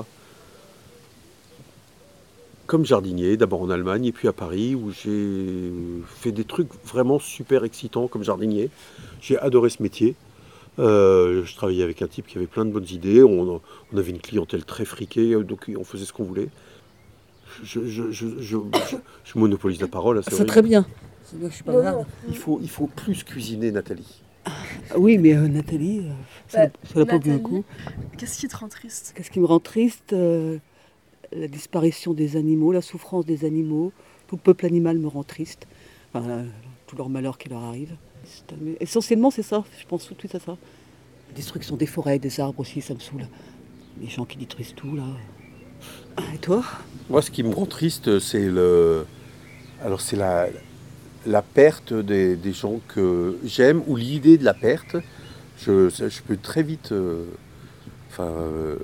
comme jardinier, d'abord en Allemagne et puis à Paris, où j'ai fait des trucs vraiment super excitants comme jardinier. J'ai adoré ce métier. Euh, je travaillais avec un type qui avait plein de bonnes idées. On, on avait une clientèle très friquée, donc on faisait ce qu'on voulait. Je, je, je, je, je- je monopolise la parole. Hein, c'est C'est horrible. très bien. C'est bien que je suis pas Non, malade. non. Il faut, il faut plus cuisiner, Nathalie. Ah oui, mais euh, Nathalie, euh, ça Bah, ça l'a pas bu un Nathalie, coup. Qu'est-ce qui te rend triste? Qu'est-ce qui me rend triste? Euh, La disparition des animaux, la souffrance des animaux. Tout le peuple animal me rend triste. Enfin, euh, tout leur malheur qui leur arrive. C'est- mais essentiellement, c'est ça. Je pense tout de suite à ça. La destruction des forêts, des arbres aussi, ça me saoule. Les gens qui détruisent tout, là. Et toi? Moi, ce qui me rend triste, c'est le, alors c'est la, la perte des, des gens que j'aime ou l'idée de la perte. Je, je peux très vite, euh, enfin, euh,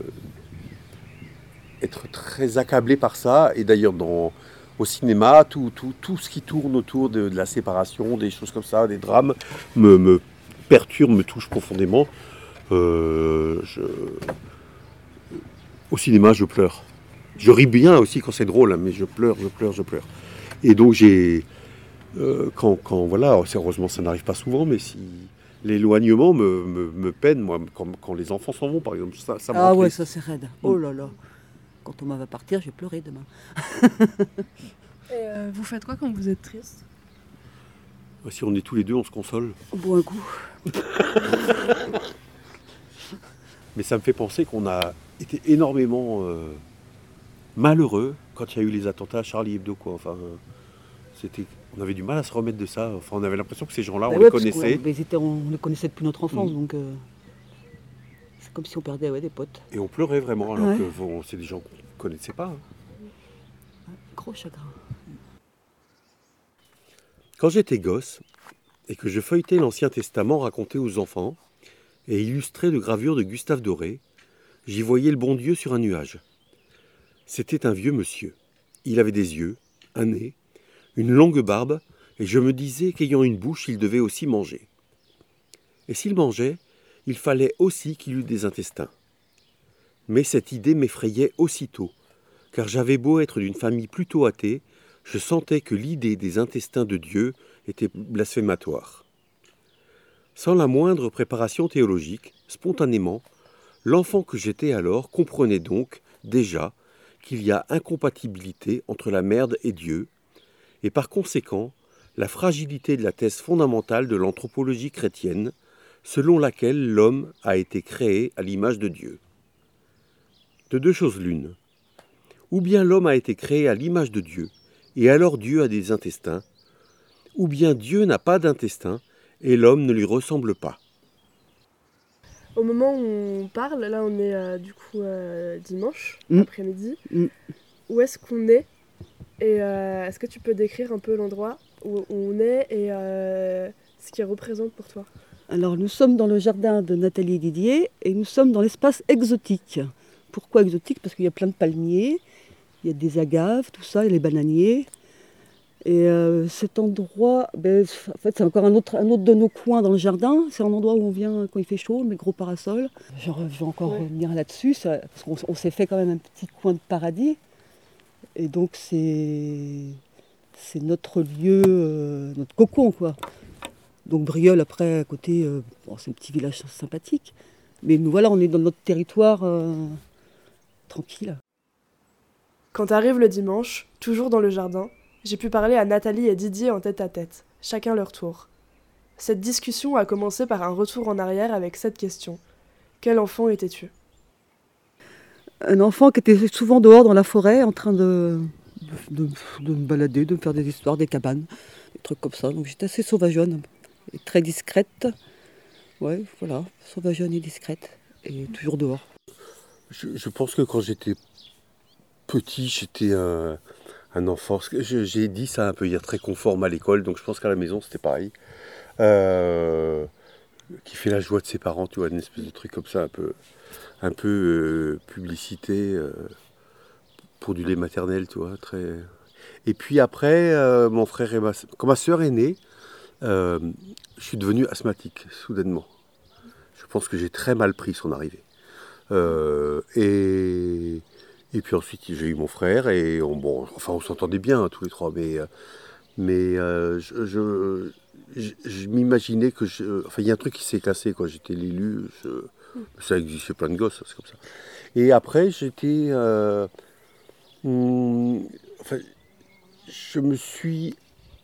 être très accablé par ça. Et d'ailleurs, dans au cinéma, tout, tout, tout ce qui tourne autour de, de la séparation, des choses comme ça, des drames, me, me perturbe, me touche profondément. Euh, je- Au cinéma, je pleure. Je ris bien aussi quand c'est drôle, hein, mais je pleure, je pleure, je pleure. Et donc j'ai... Euh, quand, quand, voilà, heureusement ça n'arrive pas souvent, mais si l'éloignement me, me, me peine, moi, quand, quand les enfants s'en vont, par exemple, ça, ça me Ah rend ouais, triste. ça c'est raide. Oh là là. Quand Thomas va partir, je vais pleurer demain. Et euh, vous faites quoi quand vous êtes triste? Si on est tous les deux, on se console. On boit un coup. Mais ça me fait penser qu'on a été énormément euh, malheureux quand il y a eu les attentats à Charlie Hebdo, quoi. Enfin, c'était, on avait du mal à se remettre de ça. Enfin, on avait l'impression que ces gens-là, Bah on ouais, les parce connaissait. qu'on- ils étaient- on les connaissait depuis notre enfance, Mm. donc euh, c'est comme si on perdait ouais, des potes. Et on pleurait vraiment, alors Ouais. que bon, c'est des gens qu'on ne connaissait pas. hein. Gros chagrin. Quand j'étais gosse, et que je feuilletais l'Ancien Testament raconté aux enfants, et illustré de gravures de Gustave Doré, j'y voyais le bon Dieu sur un nuage. C'était un vieux monsieur. Il avait des yeux, un nez, une longue barbe, et je me disais qu'ayant une bouche, il devait aussi manger. Et s'il mangeait, il fallait aussi qu'il eût des intestins. Mais cette idée m'effrayait aussitôt, car j'avais beau être d'une famille plutôt athée, je sentais que l'idée des intestins de Dieu était blasphématoire. Sans la moindre préparation théologique, spontanément, l'enfant que j'étais alors comprenait donc, déjà, qu'il y a incompatibilité entre la merde et Dieu, et par conséquent, la fragilité de la thèse fondamentale de l'anthropologie chrétienne, selon laquelle l'homme a été créé à l'image de Dieu. De deux choses l'une. Ou bien l'homme a été créé à l'image de Dieu, et alors Dieu a des intestins, ou bien Dieu n'a pas d'intestins, et l'homme ne lui ressemble pas. Au moment où on parle, là on est euh, du coup euh, dimanche Mm. après-midi. Mm. Où est-ce qu'on est? Et euh, est-ce que tu peux décrire un peu l'endroit où, où on est et euh, ce qu'il représente pour toi? Alors nous sommes dans le jardin de Nathalie et Didier et nous sommes dans l'espace exotique. Pourquoi exotique? Parce qu'il y a plein de palmiers, il y a des agaves, tout ça, il y a les bananiers. Et euh, cet endroit, ben, en fait, c'est encore un autre, un autre de nos coins dans le jardin. C'est un endroit où on vient quand il fait chaud, mes gros parasols. Je, re- je vais encore Ouais. revenir là-dessus, ça- parce qu'on s- on s'est fait quand même un petit coin de paradis. Et donc c'est, c'est notre lieu, euh, notre cocon, quoi. Donc Brieul, après, à côté, euh, bon, c'est un petit village sympathique. Mais nous voilà, on est dans notre territoire euh, tranquille. Quand arrive le dimanche, toujours dans le jardin, j'ai pu parler à Nathalie et Didier en tête à tête, chacun leur tour. Cette discussion a commencé par un retour en arrière avec cette question. Quel enfant étais-tu? Un enfant qui était souvent dehors dans la forêt en train de, de, de me balader, de me faire des histoires, des cabanes, des trucs comme ça. Donc j'étais assez sauvageonne et très discrète. Ouais, voilà, sauvageonne et discrète. Et toujours dehors. Je, je pense que quand j'étais petit, j'étais un, un enfant. Parce que je- J'ai dit ça un peu hier, très conforme à l'école, donc je pense qu'à la maison c'était pareil. Euh, qui fait la joie de ses parents, tu vois, une espèce de truc comme ça, un peu, un peu euh, publicité euh, pour du lait maternel, tu vois. Très... Et puis après, euh, mon frère et ma, quand ma soeur est née, euh, je suis devenu asthmatique, soudainement. Je pense que j'ai très mal pris son arrivée. Euh, et, et puis ensuite, j'ai eu mon frère, et on, bon, enfin, on s'entendait bien, hein, tous les trois, mais, euh, mais euh, je, je, je, je m'imaginais que... Je, enfin, il y a un truc qui s'est cassé, quoi. J'étais l'élu, je- ça existait plein de gosses, c'est comme ça. Et après, j'étais... euh, hum, enfin, je me suis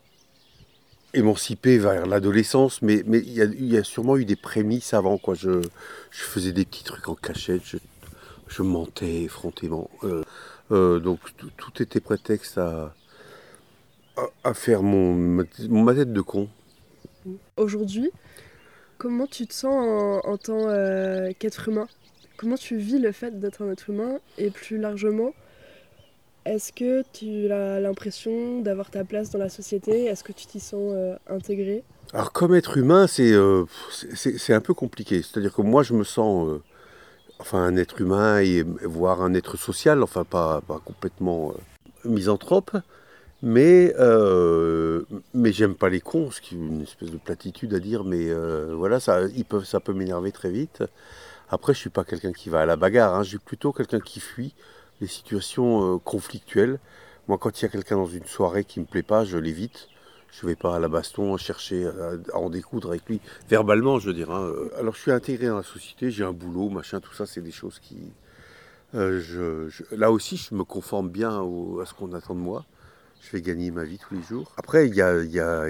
émancipé vers l'adolescence, mais mais il y a, il y a sûrement eu des prémices avant, quoi. Je, je faisais des petits trucs en cachette, je, je mentais effrontément. Euh, euh, donc tout, tout était prétexte à, à, à faire mon, ma, ma tête de con. Aujourd'hui, comment tu te sens en, en tant euh, qu'être humain? Comment tu vis le fait d'être un être humain? Et plus largement, est-ce que tu as l'impression d'avoir ta place dans la société? Est-ce que tu t'y sens euh, intégré? Alors comme être humain, c'est euh, c'est- c'est c'est un peu compliqué. C'est-à-dire que moi, je me sens... euh, enfin, un être humain, et voire un être social, enfin, pas, pas complètement euh, misanthrope, mais, euh, mais j'aime pas les cons, ce qui est une espèce de platitude à dire, mais euh, voilà, ça, ils peuvent, ça peut m'énerver très vite. Après, je suis pas quelqu'un qui va à la bagarre, hein, je suis plutôt quelqu'un qui fuit les situations euh, conflictuelles. Moi, quand il y a quelqu'un dans une soirée qui ne me plaît pas, je l'évite. Je ne vais pas à la baston chercher à, à en découdre avec lui, verbalement, je veux dire. Hein. Alors, je suis intégré dans la société, j'ai un boulot, machin, tout ça, c'est des choses qui... Euh, je, je, là aussi, je me conforme bien au, à ce qu'on attend de moi. Je vais gagner ma vie tous les jours. Après, il y a, il y a,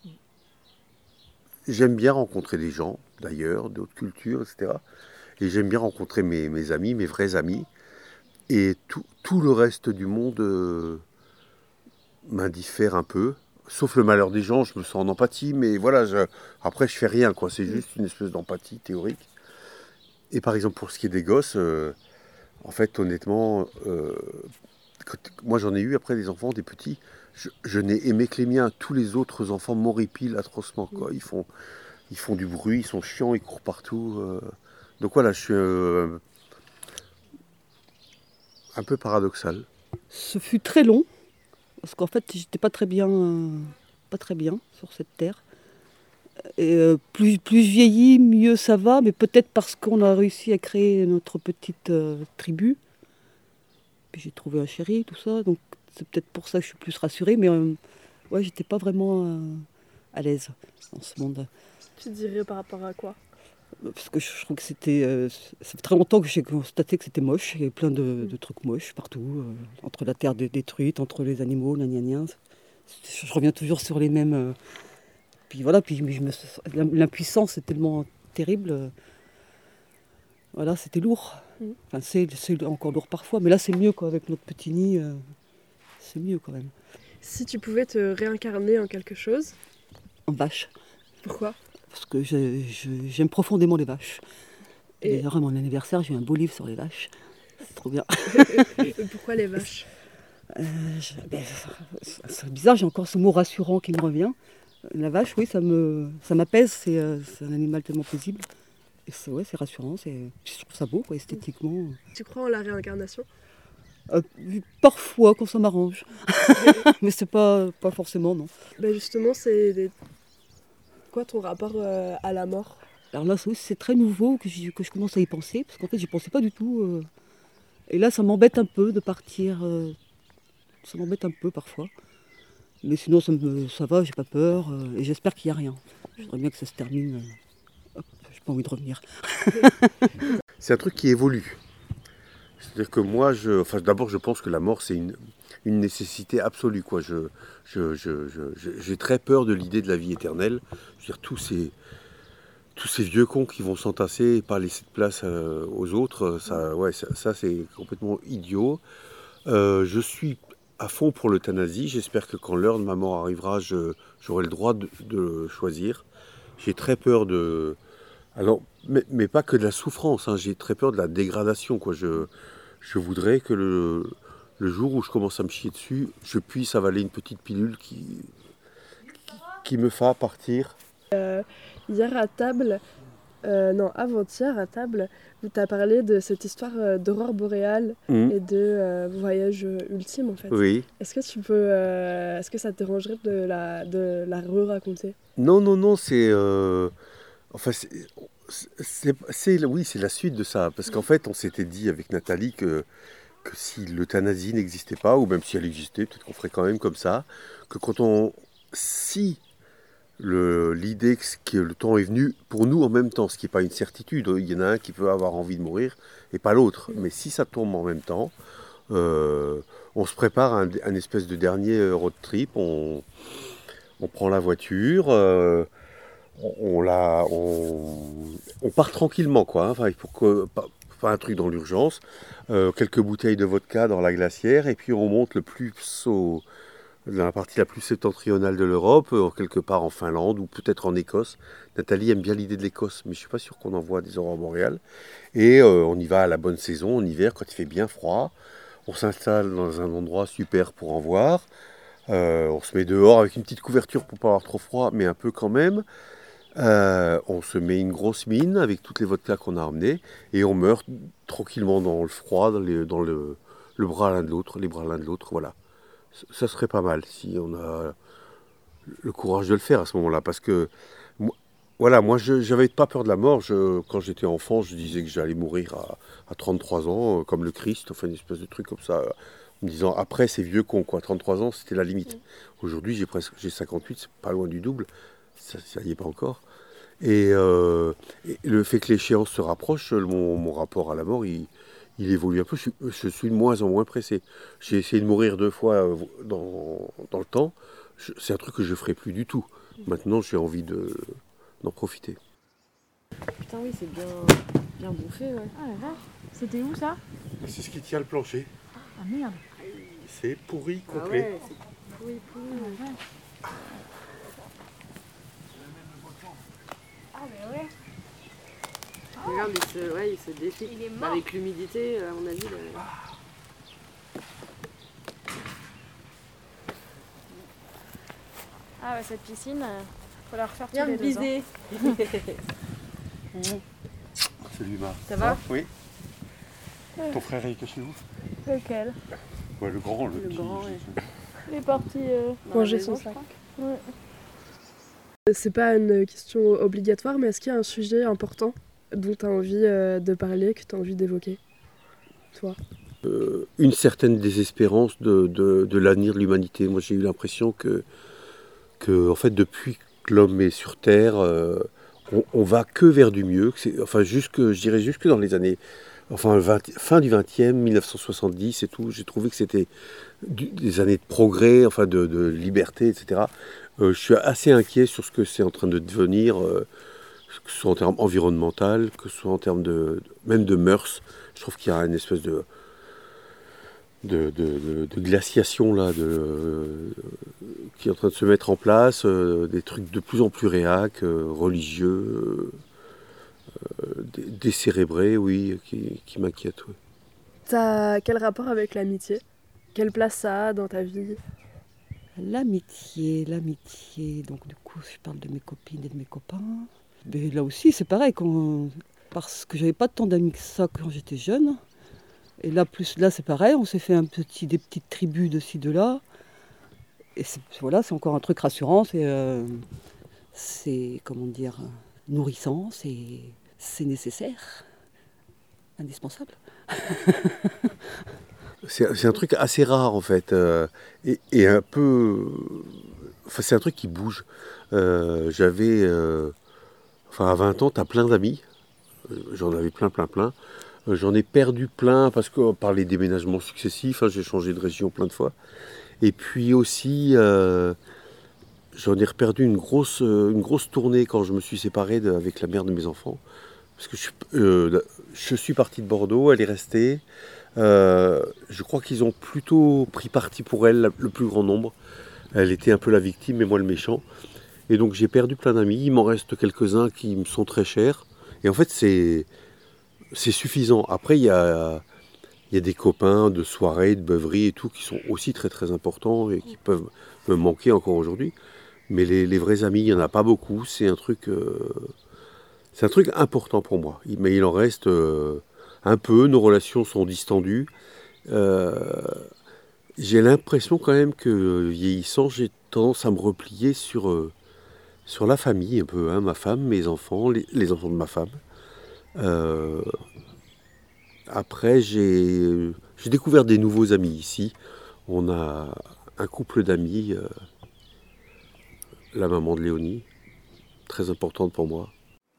j'aime bien rencontrer des gens, d'ailleurs, d'autres cultures, et cetera. Et j'aime bien rencontrer mes, mes amis, mes vrais amis. Et tout, tout le reste du monde euh, m'indiffère un peu. Sauf le malheur des gens, je me sens en empathie, mais voilà, je, après je fais rien, quoi. C'est juste une espèce d'empathie théorique. Et par exemple, pour ce qui est des gosses, euh, en fait, honnêtement, euh, quand, moi j'en ai eu après des enfants, des petits, je, je n'ai aimé que les miens. Tous les autres enfants m'horripilent atrocement, quoi. Ils font, ils font du bruit, ils sont chiants, ils courent partout. Euh. Donc voilà, je suis euh, un peu paradoxal. Ce fut très long. Parce qu'en fait, j'étais pas très bien, euh, pas très bien sur cette terre. Et euh, plus, plus je vieillis, mieux ça va, mais peut-être parce qu'on a réussi à créer notre petite euh, tribu. Puis j'ai trouvé un chéri, tout ça, donc c'est peut-être pour ça que je suis plus rassurée, mais euh, ouais, j'étais pas vraiment euh, à l'aise dans ce monde. Tu dirais par rapport à quoi? Parce que je trouve que c'était... Euh, ça fait très longtemps que j'ai constaté que c'était moche. Il y avait plein de, de trucs moches partout. Euh, entre la terre détruite, entre les animaux, gna gna gna. Je reviens toujours sur les mêmes... Euh, puis voilà, puis je me, l'impuissance est tellement terrible. Euh, voilà, c'était lourd. Enfin, c'est, c'est encore lourd parfois. Mais là, c'est mieux, quoi. Avec notre petit nid, euh, c'est mieux quand même. Si tu pouvais te réincarner en quelque chose? En vache. Pourquoi? Parce que je, je, j'aime profondément les vaches. Et d'ailleurs, à mon anniversaire, j'ai eu un beau livre sur les vaches. C'est trop bien. Et pourquoi les vaches? euh, je, ben, C'est bizarre, j'ai encore ce mot rassurant qui me revient. La vache, oui, ça, me, ça m'apaise. C'est, euh, c'est un animal tellement paisible. Et c'est, ouais, c'est rassurant. C'est, je trouve ça beau, quoi, esthétiquement. Tu crois en la réincarnation? euh, Parfois, quand ça m'arrange. Mais c'est pas, pas forcément, non. Ben justement, c'est... Des... Quoi ton rapport euh, à la mort? Alors là, c'est très nouveau que je, que je commence à y penser, parce qu'en fait, j'y pensais pas du tout. Euh, et là, ça m'embête un peu de partir. Euh, ça m'embête un peu parfois. Mais sinon, ça, me, ça va, j'ai pas peur. Euh, et j'espère qu'il n'y a rien. Je voudrais bien que ça se termine. Euh, hop, j'ai pas envie de revenir. C'est un truc qui évolue. C'est-à-dire que moi, je, enfin, d'abord, je pense que la mort, c'est une, une nécessité absolue, quoi. Je, je, je, je, j'ai très peur de l'idée de la vie éternelle. Je veux dire, tous ces, tous ces vieux cons qui vont s'entasser et pas laisser de place euh, aux autres, ça, ouais, ça, ça c'est complètement idiot. Euh, je suis à fond pour l'euthanasie. J'espère que quand l'heure de ma mort arrivera, je, j'aurai le droit de, de choisir. J'ai très peur de... Alors, mais, mais pas que de la souffrance, hein. J'ai très peur de la dégradation, quoi. Je, je voudrais que le, le jour où je commence à me chier dessus, je puisse avaler une petite pilule qui, qui, qui me fera partir. Euh, hier à table, euh, non, avant-hier à table, où tu as parlé de cette histoire euh, d'aurore boréale mmh. et de euh, voyage ultime, en fait. Oui. Est-ce que tu peux... Euh, est-ce que ça te dérangerait de la, de la re-raconter? Non, non, non, c'est... Euh... Enfin, c'est, c'est, c'est, oui, c'est la suite de ça. Parce qu'en fait, on s'était dit avec Nathalie que, que si l'euthanasie n'existait pas, ou même si elle existait, peut-être qu'on ferait quand même comme ça, que quand on... Si le, l'idée que le temps est venu pour nous en même temps, ce qui n'est pas une certitude, il y en a un qui peut avoir envie de mourir et pas l'autre. Mais si ça tombe en même temps, euh, on se prépare à un, un espèce de dernier road trip, on, on prend la voiture... Euh, On, la, on, on part tranquillement, quoi. Hein. Enfin, pour que, pas, pas un truc dans l'urgence. Euh, quelques bouteilles de vodka dans la glacière, et puis on monte le plus au, dans la partie la plus septentrionale de l'Europe, euh, quelque part en Finlande ou peut-être en Écosse. Nathalie aime bien l'idée de l'Écosse, mais je suis pas sûr qu'on en voit des aurores boréales. Et euh, on y va à la bonne saison, en hiver, quand il fait bien froid. On s'installe dans un endroit super pour en voir. Euh, on se met dehors avec une petite couverture pour pas avoir trop froid, mais un peu quand même. Euh, on se met une grosse mine avec toutes les vodkas qu'on a emmenées et on meurt tranquillement dans le froid, dans, les, dans le, le bras l'un de l'autre, les bras l'un de l'autre, voilà. Ça serait pas mal si on a le courage de le faire à ce moment-là, parce que moi, Voilà, moi, je n'avais pas peur de la mort. Je, quand j'étais enfant, je disais que j'allais mourir à, à trente-trois ans, euh, comme le Christ, enfin une espèce de truc comme ça, euh, en me disant après, c'est vieux con, quoi. trente-trois ans, c'était la limite. Aujourd'hui, j'ai presque j'ai cinquante-huit, c'est pas loin du double, ça n'y est pas encore. Et, euh, et le fait que l'échéance se rapproche, mon, mon rapport à la mort, il, il évolue un peu. Je suis, je suis de moins en moins pressé. J'ai essayé de mourir deux fois dans, dans le temps. Je, c'est un truc que je ne ferai plus du tout. Maintenant, j'ai envie de, d'en profiter. Putain, oui, c'est bien, bien bouffé, ouais. Ah la vache, c'était où ça? C'est ce qui tient le plancher. Ah merde. C'est pourri complet. Ah ouais, c'est pourri, pourri. Ah la vache. Ah mais ouais. Regarde, il se, ouais, il se défile. Il est mort. Avec l'humidité, à mon avis. Là... Ah ouais, cette piscine, euh, faut la refaire tous Viens les me deux ans. biser. Salut Mar. Ça va? Oui. Ton frère est caché où? Lequel? Ouais, le grand, le, Le petit. grand, ouais. Il est parti euh, Dans la Ranger maison, son je sac. crois. Ouais. C'est pas une question obligatoire, mais est-ce qu'il y a un sujet important dont tu as envie euh, de parler, que tu as envie d'évoquer, toi? Euh, une certaine désespérance de, de, de l'avenir de l'humanité. Moi, j'ai eu l'impression que, que en fait, depuis que l'homme est sur Terre, euh, on, on va que vers du mieux. Que c'est, enfin, jusque, je dirais jusque dans les années, enfin, vingt, fin du vingtième, mille neuf cent soixante-dix et tout. J'ai trouvé que c'était du, des années de progrès, enfin, de, de liberté, et cetera. Euh, je suis assez inquiet sur ce que c'est en train de devenir, euh, que ce soit en termes environnementaux, que ce soit en termes de, même de mœurs. Je trouve qu'il y a une espèce de De, de, de, de glaciation là, de, euh, qui est en train de se mettre en place, euh, des trucs de plus en plus réacs, euh, religieux, euh, dé- décérébrés, oui, qui, qui m'inquiètent. Oui. T'as quel rapport avec l'amitié? Quelle place ça a dans ta vie? L'amitié, l'amitié. Donc du coup, je parle de mes copines et de mes copains. Mais là aussi, c'est pareil, quand... parce que j'avais pas tant d'amis que ça quand j'étais jeune. Et là, plus là, c'est pareil, on s'est fait un petit, des petites tribus de ci, de là. Et c'est, voilà, c'est encore un truc rassurant, c'est, euh, c'est comment dire, nourrissant, c'est, c'est nécessaire, indispensable. C'est, c'est un truc assez rare en fait, euh, et, et un peu... Enfin, c'est un truc qui bouge. Euh, j'avais... euh, enfin, à vingt ans, tu as plein d'amis. J'en avais plein, plein, plein. J'en ai perdu plein parce que par les déménagements successifs, hein, j'ai changé de région plein de fois. Et puis aussi, euh, j'en ai reperdu une grosse, une grosse tournée quand je me suis séparé de, avec la mère de mes enfants. Parce que je, euh, je suis parti de Bordeaux, elle est restée. Euh, je crois qu'ils ont plutôt pris parti pour elle, le plus grand nombre. Elle était un peu la victime et moi le méchant. Et donc j'ai perdu plein d'amis. Il m'en reste quelques-uns qui me sont très chers. Et en fait, c'est... c'est suffisant. Après, il y a, il y a des copains de soirée, de beuverie et tout, qui sont aussi très très importants et qui peuvent me manquer encore aujourd'hui. Mais les, les vrais amis, il n'y en a pas beaucoup. C'est un truc, euh, c'est un truc important pour moi. Mais il en reste euh, un peu. Nos relations sont distendues. Euh, j'ai l'impression quand même que, vieillissant, j'ai tendance à me replier sur, euh, sur la famille un peu. Hein, ma femme, mes enfants, les, les enfants de ma femme. Euh, après, j'ai, j'ai découvert des nouveaux amis ici. On a un couple d'amis, euh, la maman de Léonie, très importante pour moi.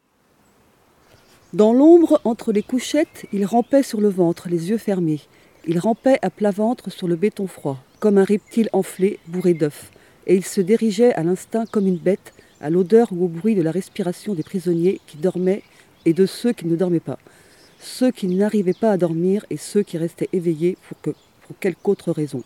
Dans l'ombre, entre les couchettes, il rampait sur le ventre, les yeux fermés. Il rampait à plat ventre sur le béton froid, comme un reptile enflé, bourré d'œufs. Et il se dirigeait à l'instinct comme une bête, à l'odeur ou au bruit de la respiration des prisonniers qui dormaient et de ceux qui ne dormaient pas, ceux qui n'arrivaient pas à dormir et ceux qui restaient éveillés pour, que, pour quelque autre raison.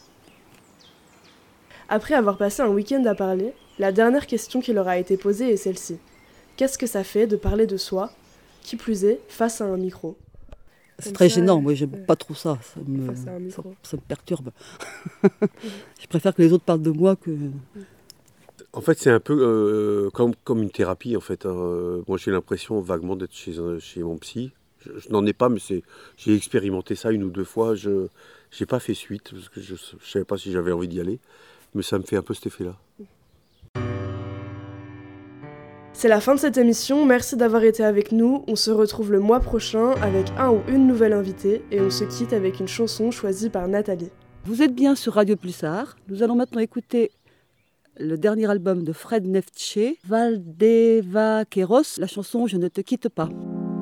Après avoir passé un week-end à parler, la dernière question qui leur a été posée est celle-ci. Qu'est-ce que ça fait de parler de soi, qui plus est, face à un micro? C'est Comme très ça, gênant, moi euh, j'aime ouais. pas trop ça, ça me, Face à un ça, micro. ça me perturbe. Je préfère que les autres parlent de moi que... En fait, c'est un peu euh, comme, comme une thérapie, en fait. Hein. Moi, j'ai l'impression vaguement d'être chez, chez mon psy. Je, je n'en ai pas, mais c'est, j'ai expérimenté ça une ou deux fois. Je n'ai pas fait suite, parce que je ne savais pas si j'avais envie d'y aller. Mais ça me fait un peu cet effet-là. C'est la fin de cette émission, merci d'avoir été avec nous. On se retrouve le mois prochain avec un ou une nouvelle invitée et on se quitte avec une chanson choisie par Nathalie. Vous êtes bien sur Radio Pulsar. Nous allons maintenant écouter le dernier album de Fred Neftché, Valdevaqueros, la chanson Je ne te quitte pas.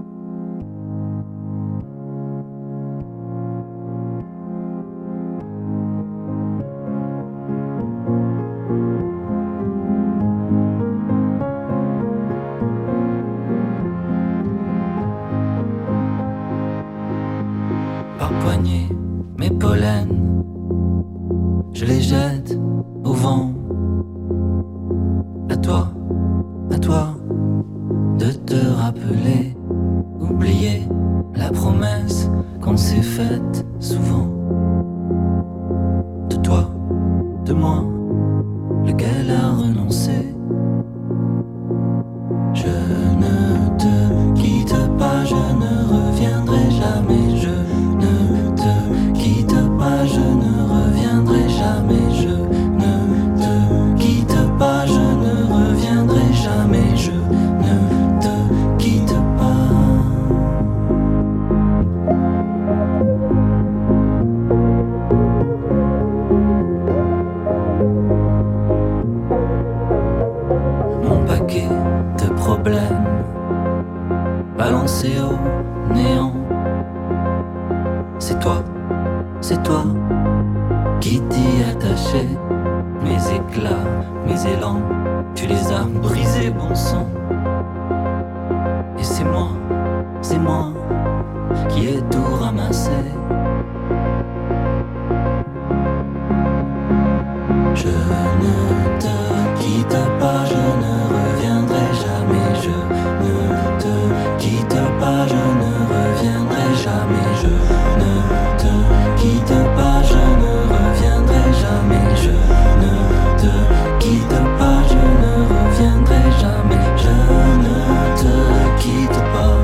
Par poignée, mes pollens, je les jette au vent. À toi, à toi, de te rappeler, oublier la promesse qu'on s'est faite souvent. De toi, de moi, lequel a renoncé. Je ne te quitte pas, je ne reviendrai jamais. Je ne te quitte pas, je ne reviendrai jamais. Je ne te quitte pas, je ne reviendrai jamais. Je ne te quitte pas. Mon paquet de problèmes balancé au néant. C'est toi, c'est toi qui t'y attachais. Mes éclats, mes élans, tu les as brisés, bon sang. Et c'est moi, c'est moi qui ai tout ramassé. Je ne te quitte pas, je ne reviendrai jamais. Je ne te quitte pas, je ne reviendrai jamais. Je ne te quitte pas, je ne reviendrai jamais. Je ne te quitte pas, je ne reviendrai jamais. Je ne te quitte pas.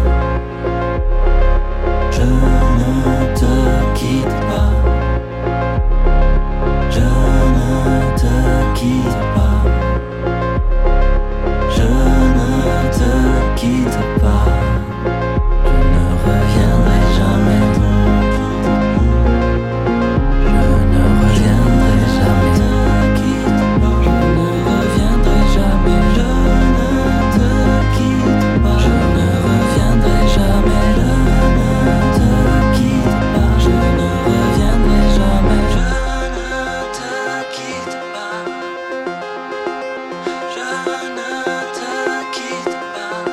Je ne te quitte pas. Je ne te quitte pas. Je ne te quitte pas. Je ne reviendrai jamais. Je ne reviendrai jamais. Je ne reviendrai jamais. Je ne te quitte pas. Je ne reviendrai jamais. Je ne te quitte pas. Je ne reviendrai jamais. Je ne te quitte pas. Je ne te quitte pas.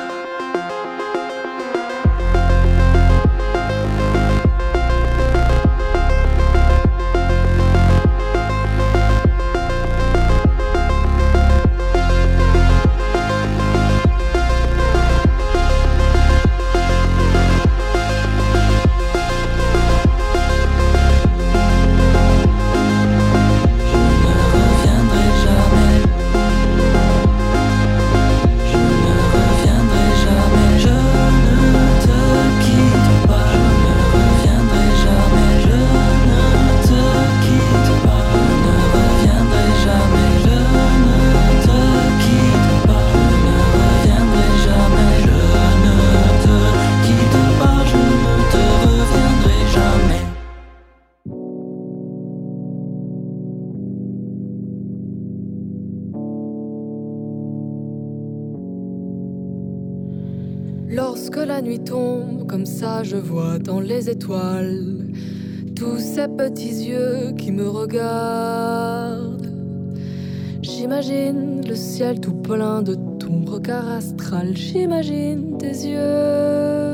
Lorsque la nuit tombe, comme ça je vois dans les étoiles tous ces petits yeux qui me regardent. J'imagine le ciel tout plein de ton regard astral. J'imagine tes yeux.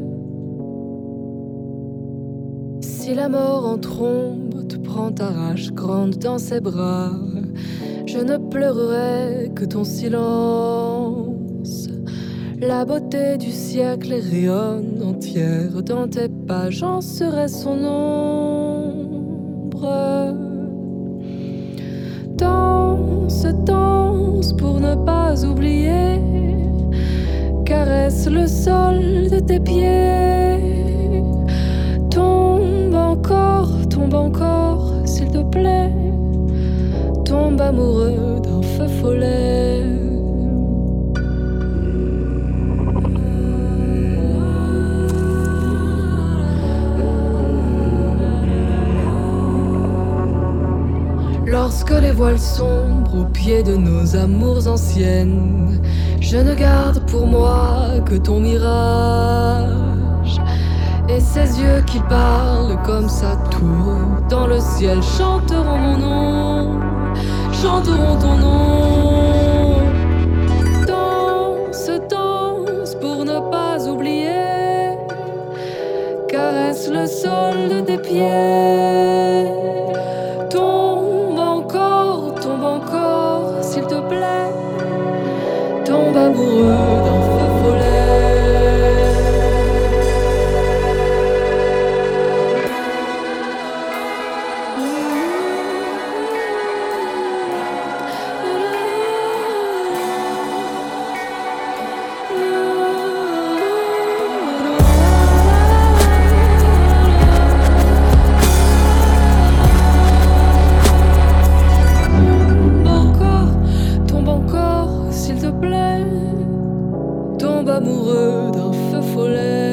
Si la mort en trombe te prend ta rage grande dans ses bras, je ne pleurerai que ton silence. La beauté du siècle rayonne entière dans tes pas, j'en serai son ombre. Danse, danse pour ne pas oublier, caresse le sol de tes pieds. Tombe encore, tombe encore, s'il te plaît. Tombe amoureux d'un feu follet. Lorsque les voiles sombrent au pied de nos amours anciennes, je ne garde pour moi que ton mirage. Et ces yeux qui parlent comme ça tout haut dans le ciel chanteront mon nom, chanteront ton nom. Danse, danse pour ne pas oublier, caresse le sol de tes pieds. Tombe encore, tombe encore, s'il te plaît. Tombe amoureux d'un feu follet. Amoureux d'un feu follet.